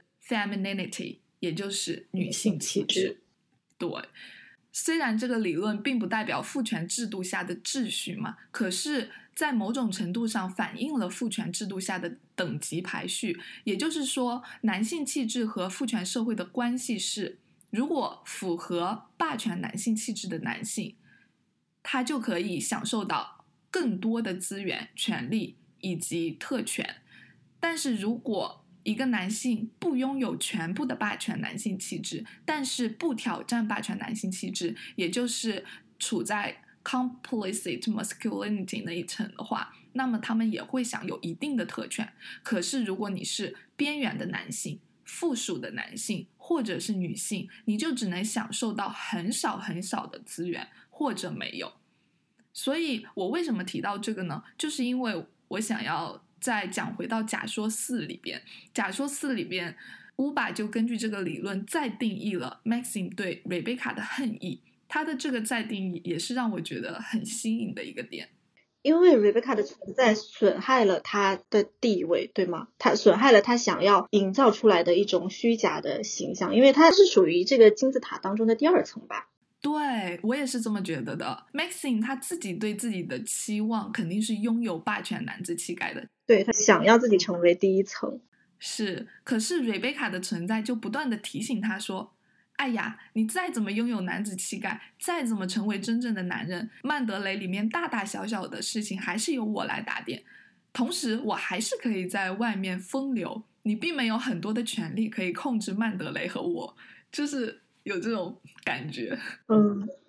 femininity， 也就是女性气质。对，虽然这个理论并不代表父权制度下的秩序嘛，可是在某种程度上反映了父权制度下的等级排序。也就是说，男性气质和父权社会的关系是，如果符合霸权男性气质的男性，他就可以享受到更多的资源、权利以及特权。但是如果一个男性不拥有全部的霸权男性气质，但是不挑战霸权男性气质，也就是处在 complicit masculinity 那一层的话，那么他们也会享有一定的特权。可是如果你是边缘的男性、附属的男性或者是女性，你就只能享受到很少很少的资源，或者没有。所以我为什么提到这个呢？就是因为我想要再讲回到假说四里边，假说四里边乌巴就根据这个理论再定义了 Maxim 对 Rebecca 的恨意。他的这个再定义也是让我觉得很新颖的一个点， 因为 Rebecca 的存在损害了他的地位，对吗？他损害了他想要营造出来的一种虚假的形象，因为他是属于这个金字塔当中的第二层吧。 对，我也是这么觉得的。Maxim 他自己对自己的期望肯定是拥有霸权男子气概的， 对，他想要自己成为第一层。 是，可是 Rebecca 的存在就不断的提醒他说，哎呀，你再怎么拥有男子气概，再怎么成为真正的男人，曼德雷里面大大小小的事情还是由我来打点，同时我还是可以在外面风流，你并没有很多的权利可以控制曼德雷和我，就是有这种感觉。 嗯嗯，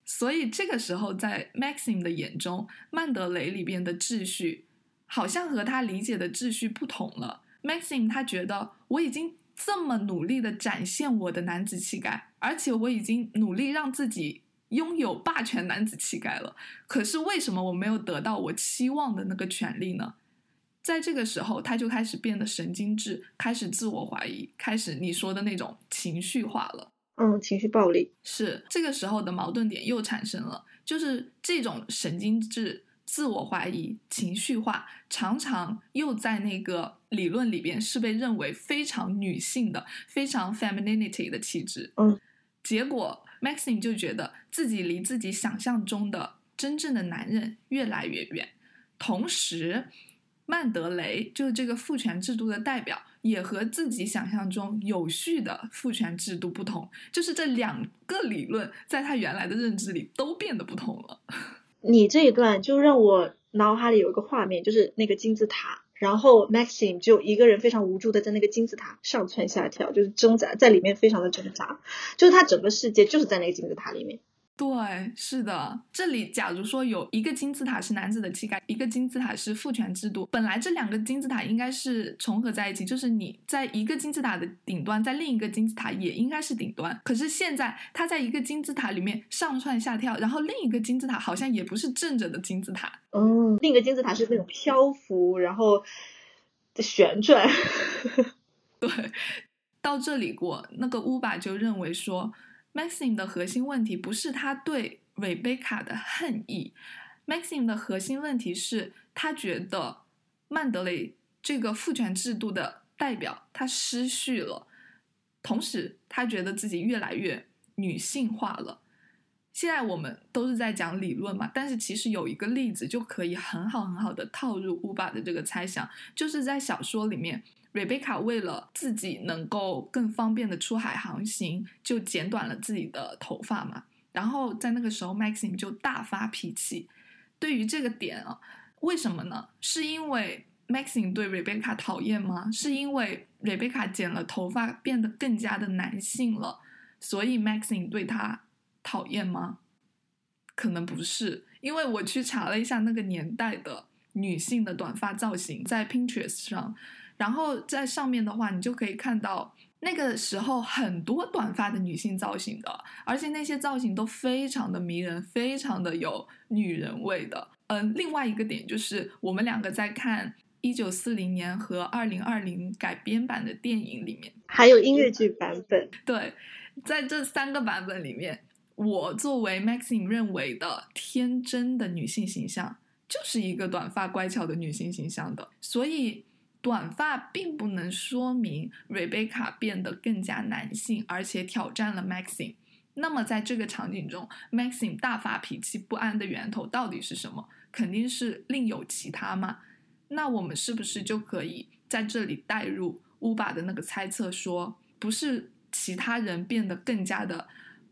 所以这个时候在 Maxim 的眼中，曼德雷里边的秩序好像和他理解的秩序不同了。 Maxim 他觉得我已经这么努力的展现我的男子气概，而且我已经努力让自己拥有霸权男子气概了，可是为什么我没有得到我期望的那个权利呢？在这个时候他就开始变得神经质，开始自我怀疑，开始你说的那种情绪化了。 嗯，情绪暴力。 是，这个时候的矛盾点又产生了，就是这种神经质、自我怀疑、情绪化常常又在那个理论里边是被认为非常女性的、非常 femininity 的气质。 嗯， 结果 Maxim 就觉得自己离自己想象中的真正的男人越来越远，同时曼德雷就是这个父权制度的代表，也和自己想象中有序的父权制度不同，就是这两个理论在他原来的认知里都变得不同了。 你这一段就让我脑海里有一个画面，就是那个金字塔，然后 Maxim 就一个人非常无助的在那个金字塔上蹿下跳，就是挣扎在里面，非常的挣扎，就是他整个世界就是在那个金字塔里面。 对，是的，这里假如说有一个金字塔是男子的气概，一个金字塔是父权制度，本来这两个金字塔应该是重合在一起，就是你在一个金字塔的顶端，在另一个金字塔也应该是顶端，可是现在他在一个金字塔里面上蹿下跳，然后另一个金字塔好像也不是正着的金字塔。 嗯，另一个金字塔是那种漂浮然后旋转。 对，到这里过，那个乌巴就认为说Maxim 的核心问题不是他对 Rebecca 的恨意， Maxim 的核心问题是他觉得曼德雷这个父权制度的代表他失序了，同时他觉得自己越来越女性化了。现在我们都是在讲理论嘛，但是其实有一个例子就可以很好很好的套入乌巴的这个猜想，就是在小说里面Rebecca 为了自己能够更方便的出海航行，就剪短了自己的头发嘛。然后在那个时候 Maxim 就大发脾气。对于这个点啊，为什么呢？是因为 Maxim 对 Rebecca 讨厌吗？是因为 Rebecca 剪了头发变得更加的男性了，所以 Maxim 对他讨厌吗？可能不是，因为我去查了一下那个年代的女性的短发造型，在 Pinterest 上，然后在上面的话你就可以看到那个时候很多短发的女性造型的，而且那些造型都非常的迷人，非常的有女人味的。嗯，另外一个点就是我们两个在看一九四零年和二零二零改编版的电影里面， 还有音乐剧版本。 对，在这三个版本里面，我作为 Maxim 认为的天真的女性形象就是一个短发乖巧的女性形象的，所以短发并不能说明 Rebecca 变得更加男性，而且挑战了 Maxim。 那么在这个场景中 Maxim 大发脾气不安的源头到底是什么？肯定是另有其他嘛。那我们是不是就可以在这里带入乌巴的那个猜测，说不是其他人变得更加的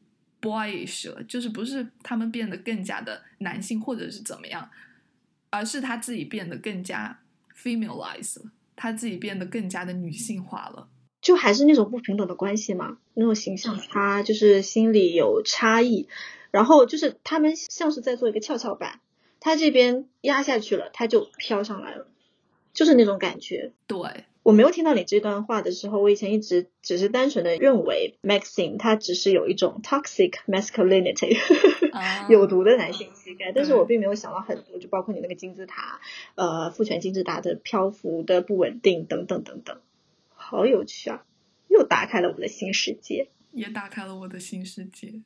boyish 了，就是不是他们变得更加的男性或者是怎么样，而是他自己变得更加 femalized 了，他自己变得更加的女性化了。 就还是那种不平等的关系嘛，那种形象差，就是心里有差异，然后就是他们像是在做一个跷跷板，他这边压下去了，他就飘上来了，就是那种感觉。 对， 我没有听到你这段话的时候，我以前一直只是单纯的认为 Maxim 他只是有一种 toxic masculinity 有毒的男性气概，但是我并没有想到很多，就包括你那个金字塔呃，父权金字塔的漂浮的不稳定等等等等。好有趣啊，又打开了我的新世界， 也打开了我的新世界。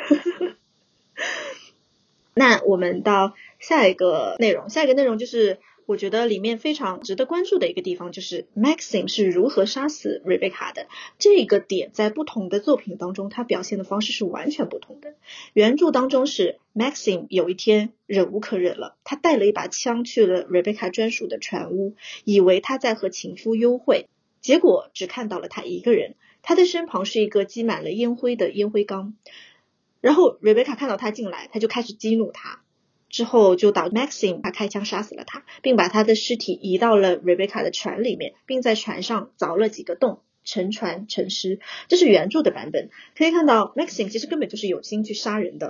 那我们到下一个内容，下一个内容就是我觉得里面非常值得关注的一个地方，就是 Maxim 是如何杀死 Rebecca 的。这个点在不同的作品当中他表现的方式是完全不同的。原著当中是 Maxim 有一天忍无可忍了，他带了一把枪去了 Rebecca 专属的船屋，以为他在和情夫幽会，结果只看到了他一个人，他的身旁是一个积满了烟灰的烟灰缸。然后 Rebecca 看到他进来，他就开始激怒他，之后就导致 Maxim 他开枪杀死了他，并把他的尸体移到了 Rebecca 的船里面，并在船上凿了几个洞，沉船沉尸。这是原著的版本，可以看到 Maxim 其实根本就是有心去杀人的，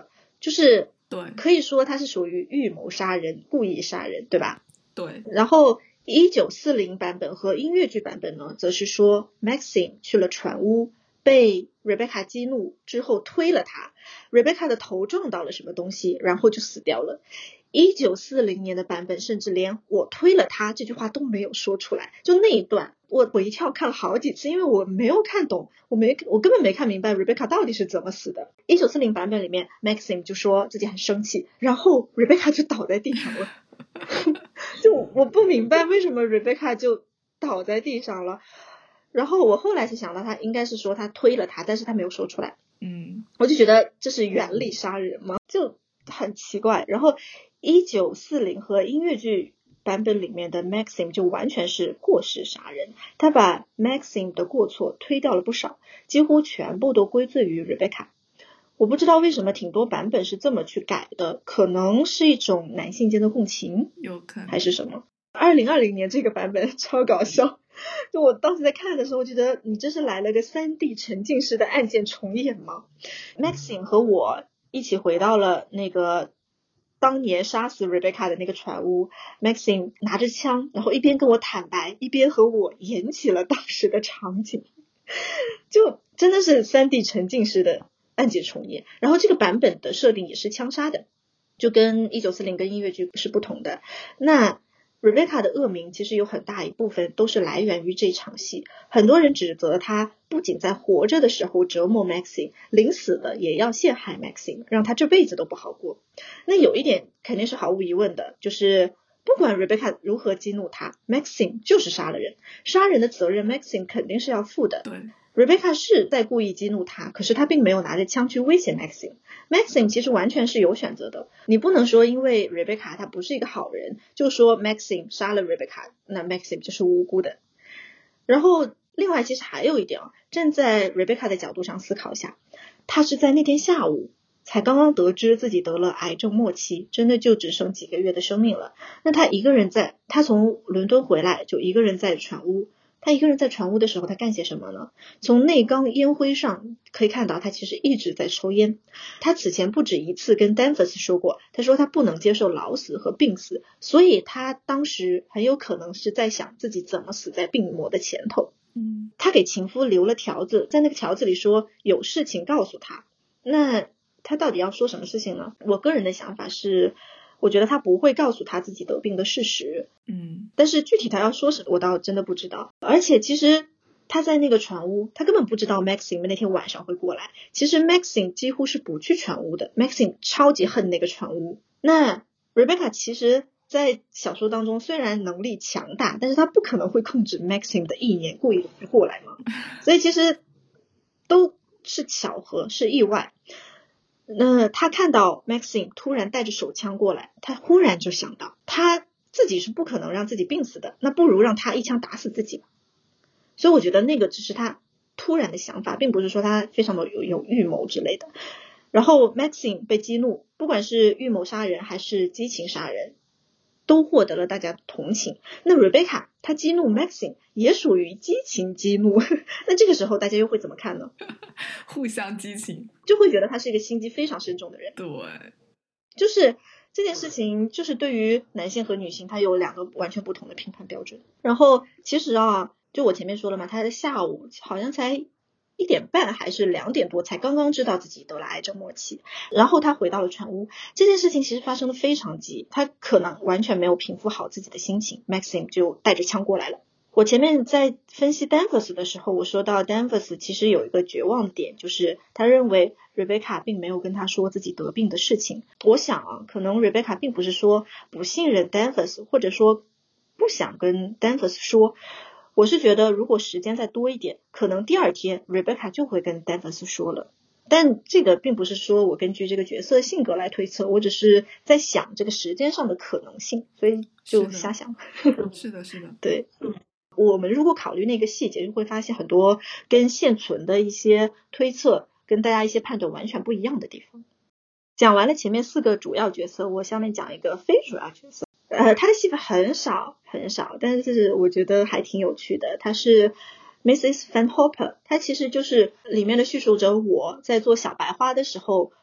就是对， 可以说他是属于预谋杀人、故意杀人，对吧？ 对。 然后一九四零版本和音乐剧版本呢，则是说 Maxine 去了船屋，被 Rebecca 激怒之后推了他， Rebecca 的头撞到了什么东西，然后就死掉了。一九四零年的版本甚至连我推了他这句话都没有说出来，就那一段我我一跳看了好几次，因为我没有看懂，我没我根本没看明白 Rebecca 到底是怎么死的。一九四零版本里面 Maxine 就说自己很生气，然后 Rebecca 就倒在地上了就我不明白为什么 Rebecca 就倒在地上了，然后我后来是想到他应该是说他推了他，但是他没有说出来。 嗯， 我就觉得这是原理杀人吗？就很奇怪。然后一九四零和音乐剧版本里面的 Maxine 就完全是过失杀人，他把 Maxine 的过错推掉了不少，几乎全部都归罪于 Rebecca。我不知道为什么挺多版本是这么去改的，可能是一种男性间的共情， 有可能还是什么。二零二零年这个版本超搞笑，就我当时在看的时候，我觉得你这是来了个 三 D 沉浸式的案件重演吗？ Maxine 和我一起回到了那个当年杀死 Rebecca 的那个船屋， Maxine 拿着枪，然后一边跟我坦白，一边和我演起了当时的场景，就真的是 三 D 沉浸式的案件重演。然后这个版本的设定也是枪杀的，就跟一九四零跟音乐剧是不同的。那 Rebecca 的恶名其实有很大一部分都是来源于这场戏，很多人指责他不仅在活着的时候折磨 Maxine， 临死了也要陷害 Maxine， 让他这辈子都不好过。那有一点肯定是毫无疑问的，就是不管 Rebecca 如何激怒他， Maxine 就是杀了人，杀人的责任 Maxine 肯定是要负的。 对， Rebecca 是在故意激怒他，可是他并没有拿着枪去威胁 Maxine。 Maxine 其实完全是有选择的，你不能说因为 Rebecca 他不是一个好人就说 Maxine 杀了 Rebecca， 那 Maxine 就是无辜的。然后另外其实还有一点，站在 Rebecca 的角度上思考一下，他是在那天下午才刚刚得知自己得了癌症末期，真的就只剩几个月的生命了。那他一个人在他从伦敦回来就一个人在船屋，他一个人在船屋的时候他干些什么呢？从内缸烟灰上可以看到他其实一直在抽烟。他此前不止一次跟 Danvers 说过，他说他不能接受老死和病死，所以他当时很有可能是在想自己怎么死在病魔的前头。 嗯， 他给情夫留了条子，在那个条子里说有事情告诉他。那他到底要说什么事情呢？我个人的想法是，我觉得他不会告诉他自己得病的事实， 嗯， 但是具体他要说什么我倒真的不知道。而且其实他在那个船屋，他根本不知道 Maxine 那天晚上会过来。其实 Maxine 几乎是不去船屋的， Maxine 超级恨那个船屋。那 Rebecca 其实在小说当中虽然能力强大，但是他不可能会控制 Maxine 的意念故意过来嘛，所以其实都是巧合，是意外。那他看到 Maxine 突然带着手枪过来，他忽然就想到他自己是不可能让自己病死的，那不如让他一枪打死自己吧。所以我觉得那个只是他突然的想法，并不是说他非常的有有预谋之类的。然后 Maxine 被激怒，不管是预谋杀人还是激情杀人，都获得了大家的同情。那 Rebecca 她激怒 Maxine 也属于激情激怒那这个时候大家又会怎么看呢？ 互相激情， 就会觉得他是一个心机非常深重的人。 对， 就是这件事情就是对于男性和女性他有两个完全不同的评判标准。然后其实啊，就我前面说了嘛，他的下午好像才一点半还是两点多才刚刚知道自己得了癌症末期，然后他回到了船屋。这件事情其实发生的非常急，他可能完全没有平复好自己的心情， Maxine 就带着枪过来了。我前面在分析 Danvers 的时候，我说到 Danvers 其实有一个绝望点，就是他认为 Rebecca 并没有跟他说自己得病的事情。我想啊，可能 Rebecca 并不是说不信任 Danvers， 或者说不想跟 Danvers 说。我是觉得如果时间再多一点，可能第二天 Rebecca 就会跟 Danvers 说了。但这个并不是说我根据这个角色性格来推测，我只是在想这个时间上的可能性，所以就瞎想。 是的是的对，我们如果考虑那个细节，就会发现很多跟现存的一些推测跟大家一些判断完全不一样的地方。讲完了前面四个主要角色，我下面讲一个非主要角色。呃，他的戏份很少很少，但是我觉得还挺有趣的。他是 Missus Van Hopper， 他其实就是里面的叙述者我在做小白花的时候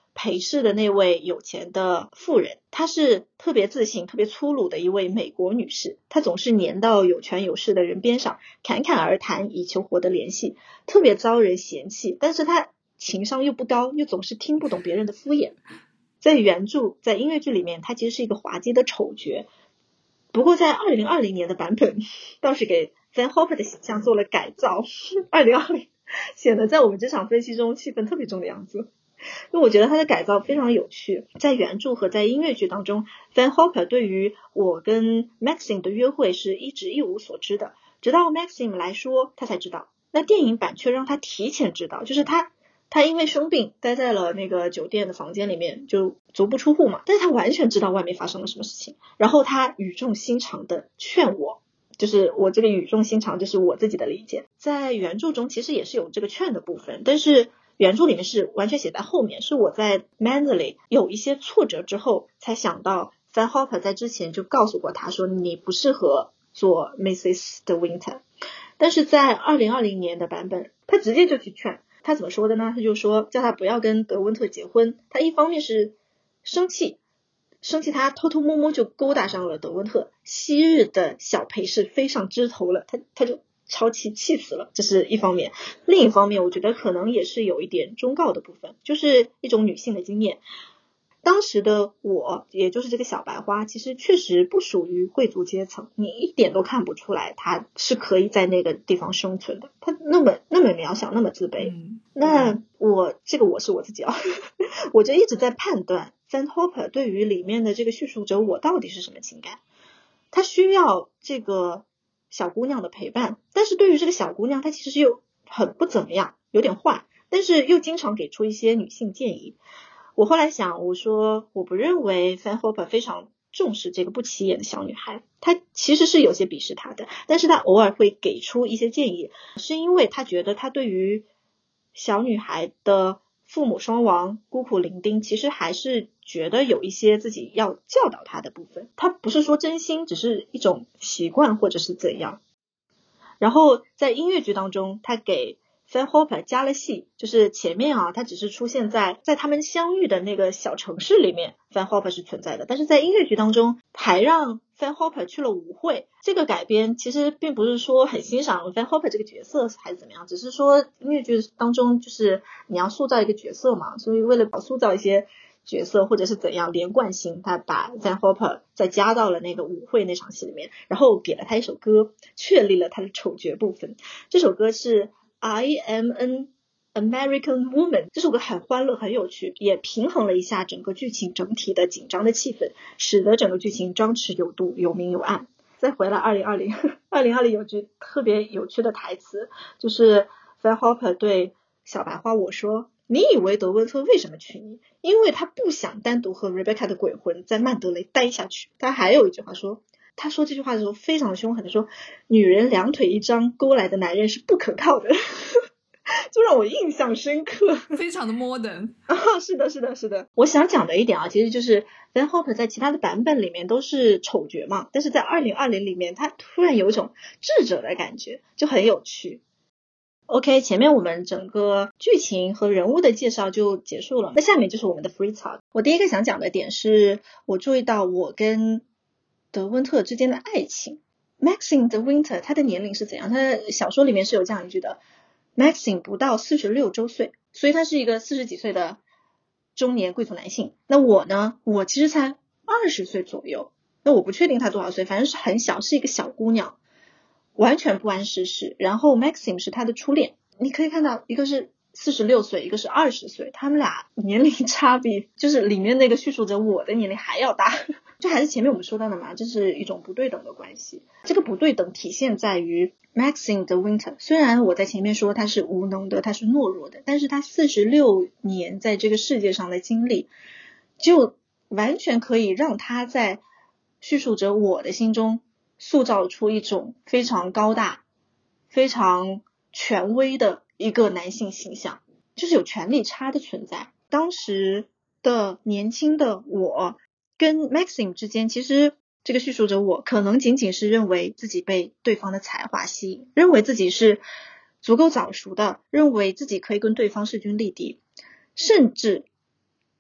陪侍的那位有钱的妇人，她是特别自信特别粗鲁的一位美国女士，她总是黏到有权有势的人边上侃侃而谈，以求获得联系，特别遭人嫌弃，但是她情商又不高，又总是听不懂别人的敷衍。在原著在音乐剧里面，她其实是一个滑稽的丑角，不过在二零二零年的版本倒是给 Van Hopper 的形象做了改造，二零二零显得在我们这场分析中气氛特别重的样子。因为我觉得他的改造非常有趣，在原著和在音乐剧当中 Van Hopper 对于我跟 Maxine 的约会是一直一无所知的，直到 Maxine 来说他才知道，那电影版却让他提前知道，就是他他因为生病待在了那个酒店的房间里面，就足不出户嘛，但是他完全知道外面发生了什么事情，然后他语重心长的劝我，就是我这个语重心长就是我自己的理解，在原著中其实也是有这个劝的部分，但是原著里面是完全写在后面，是我在 Manderley 有一些挫折之后才想到 Van Hopper 在之前就告诉过他说你不适合做 Missus De Winter， 但是在二零二零年的版本他直接就去劝他，怎么说的呢？他就说叫他不要跟德温特结婚，他一方面是生气生气他偷偷摸摸就勾搭上了德温特，昔日的小陪侍飞上枝头了，他他就超气气死了，这是一方面。另一方面我觉得可能也是有一点忠告的部分，就是一种女性的经验。当时的我也就是这个小白花其实确实不属于贵族阶层，你一点都看不出来她是可以在那个地方生存的，她那么那么渺小那么自卑、嗯、那我这个我是我自己啊我就一直在判断 Van Hopper 对于里面的这个叙述者我到底是什么情感，他需要这个小姑娘的陪伴，但是对于这个小姑娘她其实又很不怎么样，有点坏，但是又经常给出一些女性建议。我后来想，我说我不认为 Van Hopper 非常重视这个不起眼的小女孩，他其实是有些鄙视她的，但是他偶尔会给出一些建议，是因为他觉得他对于小女孩的父母双亡孤苦伶仃其实还是觉得有一些自己要教导她的部分，他不是说真心，只是一种习惯或者是怎样。然后在音乐剧当中他给Van Hopper 加了戏，就是前面啊，他只是出现在在他们相遇的那个小城市里面 Van Hopper 是存在的，但是在音乐剧当中还让 Van Hopper 去了舞会。这个改编其实并不是说很欣赏 Van Hopper 这个角色还是怎么样，只是说音乐剧当中就是你要塑造一个角色嘛，所以为了塑造一些角色或者是怎样连贯性，他把 Van Hopper 再加到了那个舞会那场戏里面，然后给了他一首歌，确立了他的丑角部分。这首歌是I am an American woman， 这首歌很欢乐很有趣，也平衡了一下整个剧情整体的紧张的气氛，使得整个剧情张弛有度有明有暗。再回来二零二零 二零二零有句特别有趣的台词，就是 Van Hopper 对小白花我说，你以为德温特为什么娶你？因为他不想单独和 Rebecca 的鬼魂在曼德雷待下去。他还有一句话说，他说这句话的时候非常凶狠的说，女人两腿一张勾来的男人是不可靠的就让我印象深刻， 非常的 modern 啊，是的是的是的。我想讲的一点啊，其实就是 Van Hopper 在其他的版本里面都是丑角嘛，但是在二零二零里面他突然有一种智者的感觉，就很有趣。OK， 前面我们整个剧情和人物的介绍就结束了，那下面就是我们的 free talk。 我第一个想讲的点是我注意到我跟德温特之间的爱情。 Maxine De Winter 他的年龄是怎样，他的小说里面是有这样一句的， Maxine 不到四十六周岁，所以他是一个四十几岁的中年贵族男性。那我呢，我其实才二十岁左右，那我不确定他多少岁，反正是很小，是一个小姑娘，完全不谙世事。然后 Maxine 是他的初恋，你可以看到一个是四十六岁，一个是二十岁，他们俩年龄差比就是里面那个叙述者我的年龄还要大就还是前面我们说到的嘛，这是一种不对等的关系。这个不对等体现在于 Maxine De Winter， 虽然我在前面说他是无能的，他是懦弱的，但是他四十六年在这个世界上的经历就完全可以让他在叙述者我的心中塑造出一种非常高大非常权威的一个男性形象，就是有权力差的存在。当时的年轻的我跟 Maxine 之间，其实这个叙述者我可能仅仅是认为自己被对方的才华吸引，认为自己是足够早熟的，认为自己可以跟对方势均力敌，甚至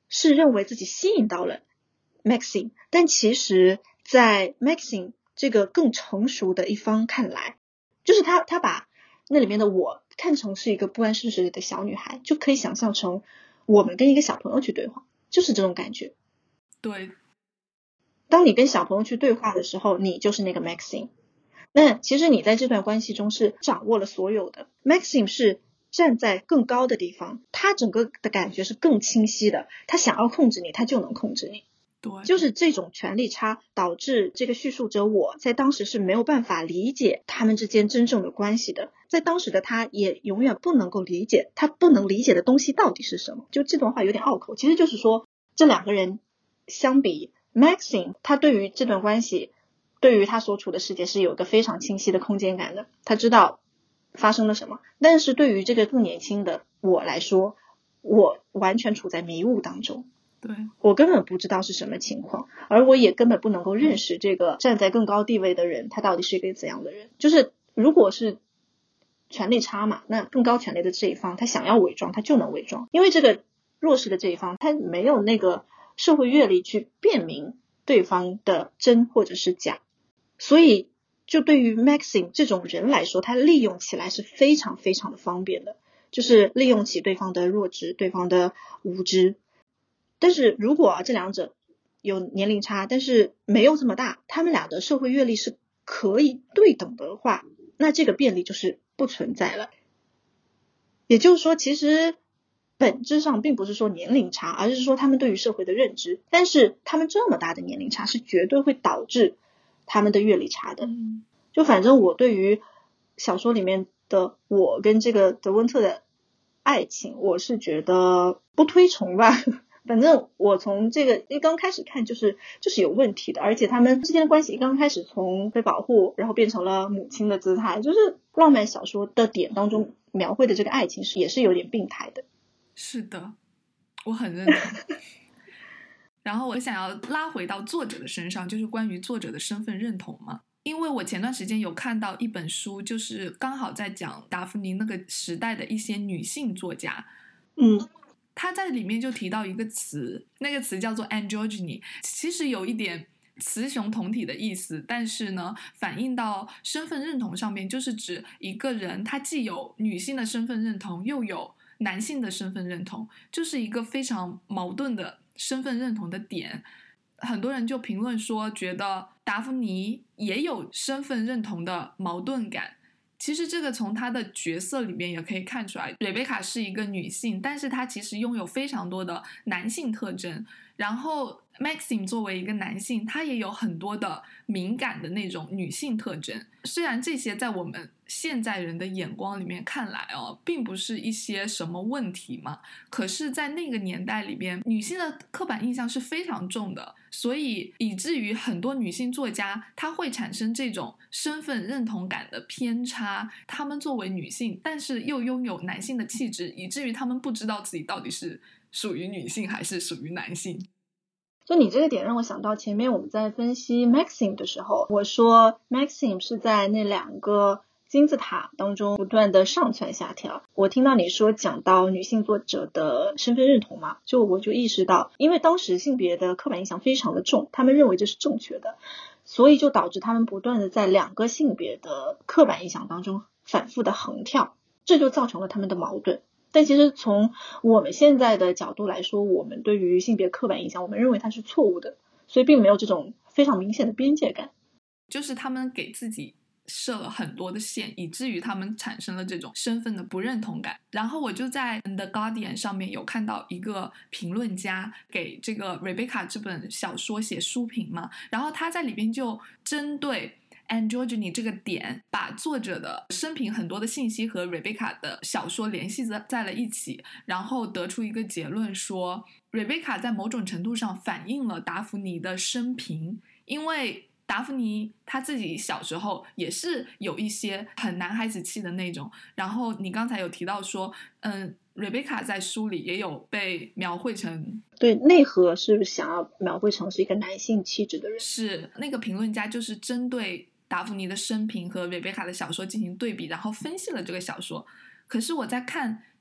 是认为自己吸引到了 Maxine， 但其实在 Maxine 这个更成熟的一方看来，就是他他把那里面的我看成是一个不谙世事的小女孩，就可以想象成我们跟一个小朋友去对话，就是这种感觉。 对， 当你跟小朋友去对话的时候，你就是那个 Maxine。那其实你在这段关系中是掌握了所有的， Maxine 是站在更高的地方，他整个的感觉是更清晰的，他想要控制你，他就能控制你。 对， 就是这种权力差导致这个叙述者我在当时是没有办法理解他们之间真正的关系的，在当时的他也永远不能够理解他不能理解的东西到底是什么。就这段话有点拗口，其实就是说这两个人相比， Maxine 他对于这段关系，对于他所处的世界是有一个非常清晰的空间感的，他知道发生了什么。但是对于这个更年轻的我来说，我完全处在迷雾当中， 对， 我根本不知道是什么情况，而我也根本不能够认识这个站在更高地位的人他到底是一个怎样的人。就是如果是权力差嘛，那更高权力的这一方他想要伪装他就能伪装，因为这个弱势的这一方他没有那个社会阅历去辨明对方的真或者是假。所以就对于 Maxine 这种人来说，他利用起来是非常非常的方便的，就是利用起对方的弱智，对方的无知。但是如果、啊、这两者有年龄差，但是没有这么大，他们俩的社会阅历是可以对等的话，那这个便利就是不存在了。也就是说，其实本质上并不是说年龄差，而是说他们对于社会的认知，但是他们这么大的年龄差是绝对会导致他们的阅历差的。 嗯， 就反正我对于小说里面的我跟这个德温特的爱情，我是觉得不推崇吧。反正我从这个一刚开始看就是就是有问题的，而且他们之间的关系一刚开始从被保护然后变成了母亲的姿态，就是浪漫小说的点当中描绘的这个爱情是也是有点病态的。 是的，我很认同。然后我想要拉回到作者的身上，就是关于作者的身份认同嘛。因为我前段时间有看到一本书，就是刚好在讲达芙妮那个时代的一些女性作家。 嗯， 他在里面就提到一个词，那个词叫做 androgyny， 其实有一点雌雄同体的意思，但是呢反映到身份认同上面，就是指一个人他既有女性的身份认同又有男性的身份认同，就是一个非常矛盾的身份认同的点。很多人就评论说觉得达芙妮也有身份认同的矛盾感。其实这个从她的角色里面也可以看出来，瑞贝卡是一个女性，但是她其实拥有非常多的男性特征。然后 Maxine 作为一个男性，他也有很多的敏感的那种女性特征。虽然这些在我们现在人的眼光里面看来哦，并不是一些什么问题嘛，可是在那个年代里边，女性的刻板印象是非常重的，所以以至于很多女性作家她会产生这种身份认同感的偏差。她们作为女性，但是又拥有男性的气质，以至于她们不知道自己到底是属于女性还是属于男性。 就你这个点让我想到前面我们在分析 Maxine 的时候，我说 Maxine 是在那两个金字塔当中不断的上蹿下跳。我听到你说讲到女性作者的身份认同嘛，就我就意识到，因为当时性别的刻板印象非常的重，他们认为这是正确的，所以就导致他们不断的在两个性别的刻板印象当中反复的横跳，这就造成了他们的矛盾。但其实从我们现在的角度来说，我们对于性别刻板印象，我们认为它是错误的，所以并没有这种非常明显的边界感。 就是他们给自己设了很多的线，以至于他们产生了这种身份的不认同感。然后我就在 The Guardian 上面有看到一个评论家给这个 Rebecca 这本小说写书评嘛，然后他在里边就针对androgyny 这个点，把作者的生平很多的信息和 Rebecca 的小说联系在了一起，然后得出一个结论说 Rebecca 在某种程度上反映了达芙妮的生平。因为达芙妮她自己小时候也是有一些很男孩子气的那种，然后你刚才有提到说嗯，Rebecca 在书里也有被描绘成， 对，内核是想要描绘成是一个男性气质的人。 是那个评论家就是针对达芙妮的生平和 Rebecca 的小说进行对比，然后分析了这个小说。可是我在看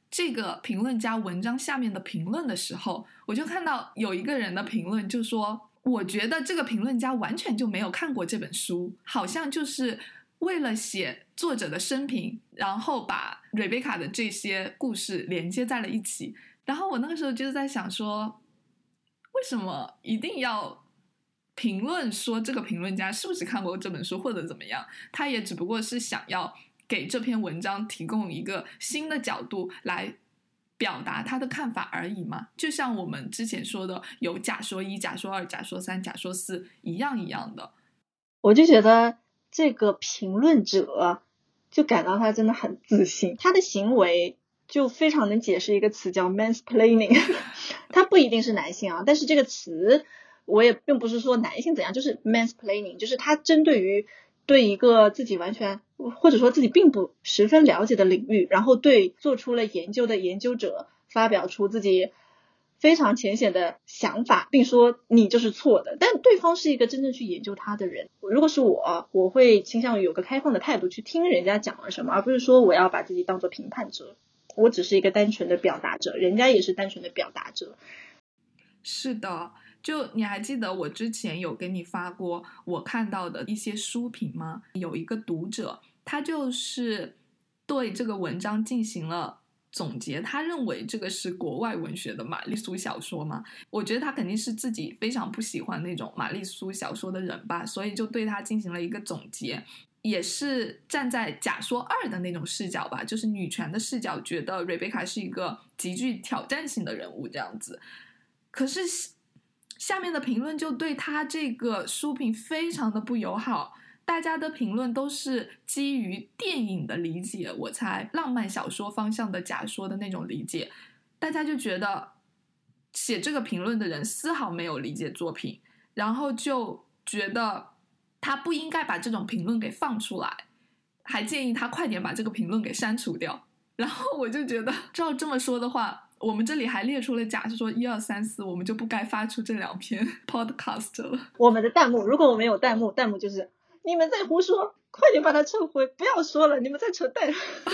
这个评论家文章下面的评论的时候，我就看到有一个人的评论就说，我觉得这个评论家完全就没有看过这本书，好像就是为了写作者的生平，然后把瑞贝卡的这些故事连接在了一起。然后我那个时候就在想说，为什么一定要评论说这个评论家是不是看过这本书或者怎么样？他也只不过是想要给这篇文章提供一个新的角度来表达他的看法而已嘛，就像我们之前说的有假说一、假说二、假说三、假说四一样一样的。 我就觉得这个评论者就感到他真的很自信，他的行为就非常能解释一个词叫 mansplaining 他不一定是男性啊，但是这个词我也并不是说男性怎样，就是 mansplaining 就是他针对于对一个自己完全或者说自己并不十分了解的领域，然后对做出了研究的研究者发表出自己非常浅显的想法，并说你就是错的，但对方是一个真正去研究他的人。如果是我，我会倾向于有个开放的态度去听人家讲了什么，而不是说我要把自己当作评判者，我只是一个单纯的表达者，人家也是单纯的表达者。 是的，就你还记得我之前有给你发过我看到的一些书评吗？有一个读者他就是对这个文章进行了总结，他认为这个是国外文学的玛丽苏小说嘛，我觉得他肯定是自己非常不喜欢那种玛丽苏小说的人吧，所以就对他进行了一个总结，也是站在假说二的那种视角吧，就是女权的视角，觉得瑞贝卡是一个极具挑战性的人物这样子。可是下面的评论就对他这个书评非常的不友好，大家的评论都是基于电影的理解，我猜浪漫小说方向的假说的那种理解，大家就觉得写这个评论的人丝毫没有理解作品，然后就觉得他不应该把这种评论给放出来，还建议他快点把这个评论给删除掉。然后我就觉得照这么说的话，我们这里还列出了假说一二三四，我们就不该发出这两篇 podcast 了。 我们的弹幕，如果我们有弹幕，弹幕就是你们在胡说，快点把它撤回，不要说了，你们在扯淡。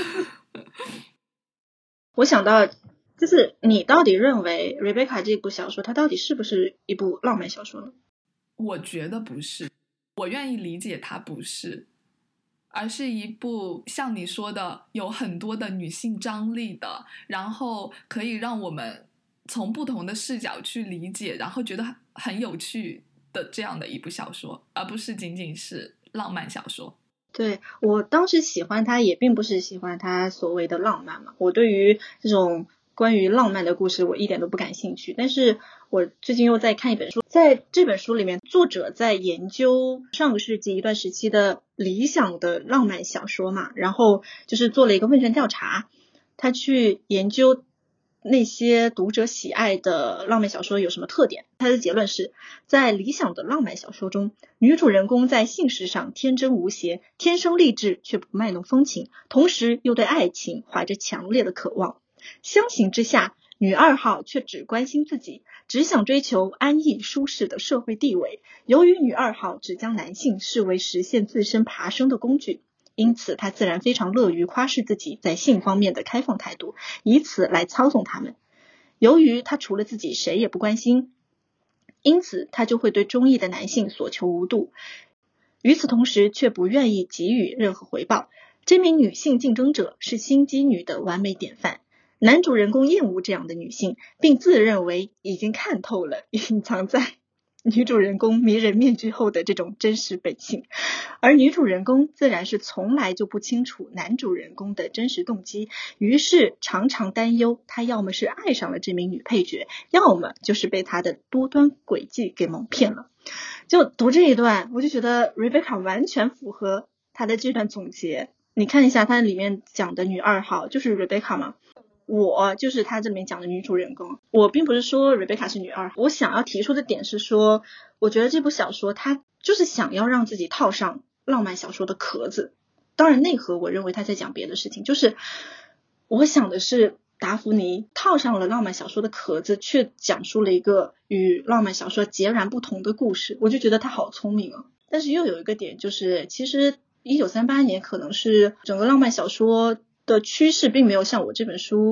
我想到就是你到底认为 Rebecca 这部小说它到底是不是一部浪漫小说呢？ 我觉得不是，我愿意理解它不是，而是一部像你说的有很多的女性张力的，然后可以让我们从不同的视角去理解，然后觉得很有趣的这样的一部小说，而不是仅仅是浪漫小说。 对，我当时喜欢它也并不是喜欢它所谓的浪漫嘛，我对于这种关于浪漫的故事我一点都不感兴趣，但是我最近又在看一本书，在这本书里面作者在研究上个世纪一段时期的理想的浪漫小说嘛，然后就是做了一个问卷调查，他去研究那些读者喜爱的浪漫小说有什么特点。他的结论是，在理想的浪漫小说中，女主人公在性事上天真无邪，天生丽质却不卖弄风情，同时又对爱情怀着强烈的渴望。相形之下，女二号却只关心自己，只想追求安逸舒适的社会地位。由于女二号只将男性视为实现自身爬升的工具，因此她自然非常乐于夸示自己在性方面的开放态度，以此来操纵他们。由于她除了自己谁也不关心，因此她就会对中意的男性所求无度，与此同时却不愿意给予任何回报。这名女性竞争者是心机女的完美典范。男主人公厌恶这样的女性，并自认为已经看透了隐藏在女主人公迷人面具后的这种真实本性，而女主人公自然是从来就不清楚男主人公的真实动机，于是常常担忧他要么是爱上了这名女配角，要么就是被他的多端诡计给蒙骗了。就读这一段，我就觉得 Rebecca 完全符合他的这段总结。你看一下他里面讲的女二号就是 Rebecca 吗？我就是他这里面讲的女主人公。我并不是说 Rebecca 是女二号，我想要提出的点是说，我觉得这部小说它就是想要让自己套上浪漫小说的壳子，当然内核我认为他在讲别的事情，就是我想的是达芙妮套上了浪漫小说的壳子，却讲述了一个与浪漫小说截然不同的故事，我就觉得他好聪明啊。但是又有一个点就是，其实一九三八年可能是整个浪漫小说的趋势并没有像我这本书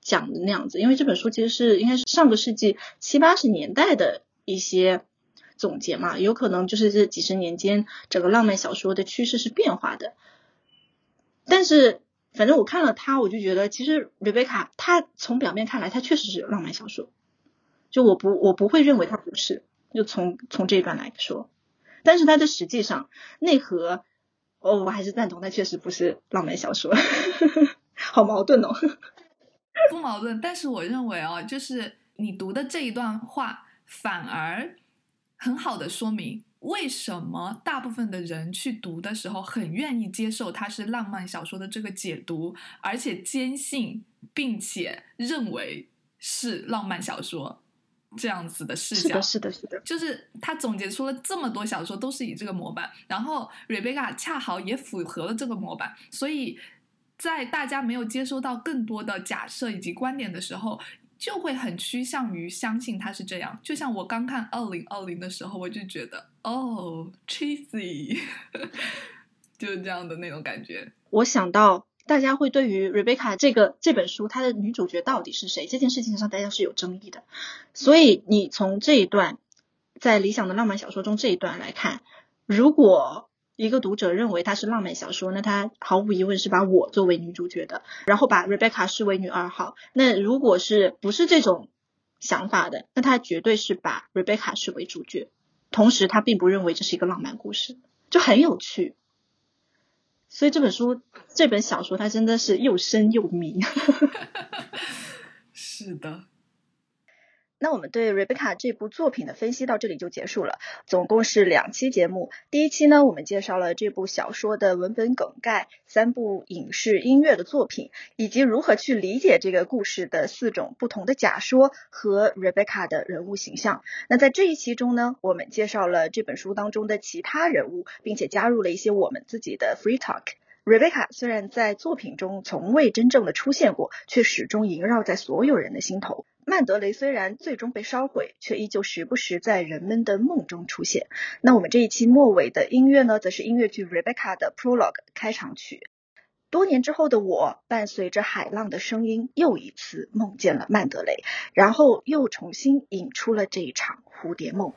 讲的那样子，因为这本书其实是应该是上个世纪七八十年代的一些总结嘛，有可能就是这几十年间整个浪漫小说的趋势是变化的。但是反正我看了它，我就觉得其实 Rebecca 她从表面看来她确实是浪漫小说，就我不我不会认为她不是，就从从这一段来说。但是它的实际上内核哦，我还是赞同它确实不是浪漫小说好矛盾哦。 不矛盾，但是我认为哦，就是你读的这一段话反而很好的说明为什么大部分的人去读的时候很愿意接受它是浪漫小说的这个解读，而且坚信并且认为是浪漫小说这样子的视角。 是的是的是的， 就是他总结出了这么多小说都是以这个模板，然后 Rebecca 恰好也符合了这个模板，所以在大家没有接收到更多的假设以及观点的时候，就会很趋向于相信它是这样。就像我刚看二零二零的时候，我就觉得哦 cheesy 就是这样的那种感觉。 我想到大家会对于 Rebecca 这个这本书它的女主角到底是谁这件事情上大家是有争议的，所以你从这一段在理想的浪漫小说中这一段来看，如果一个读者认为它是浪漫小说，那他毫无疑问是把我作为女主角的，然后把 Rebecca 视为女二号。那如果是不是这种想法的，那他绝对是把 Rebecca 视为主角，同时他并不认为这是一个浪漫故事，就很有趣。所以这本书这本小说它真的是又深又迷是的。 那我们对 Rebecca 这部作品的分析到这里就结束了，总共是两期节目。第一期呢，我们介绍了这部小说的文本梗概、三部影视音乐的作品，以及如何去理解这个故事的四种不同的假说和 Rebecca 的人物形象。那在这一期中呢，我们介绍了这本书当中的其他人物，并且加入了一些我们自己的 free talk。Rebecca 虽然在作品中从未真正的出现过，却始终萦绕在所有人的心头。曼德雷虽然最终被烧毁，却依旧时不时在人们的梦中出现。那我们这一期末尾的音乐呢，则是音乐剧 Rebecca 的 Prologue 开场曲。多年之后的我，伴随着海浪的声音，又一次梦见了曼德雷，然后又重新引出了这一场蝴蝶梦。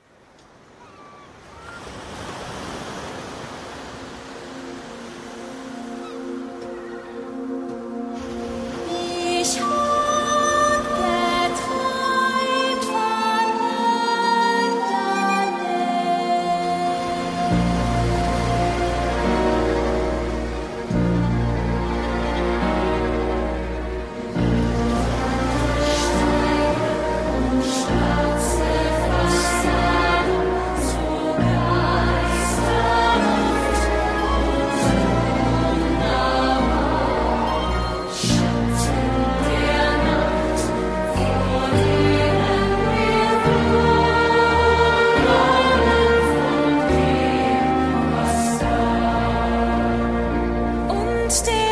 Stay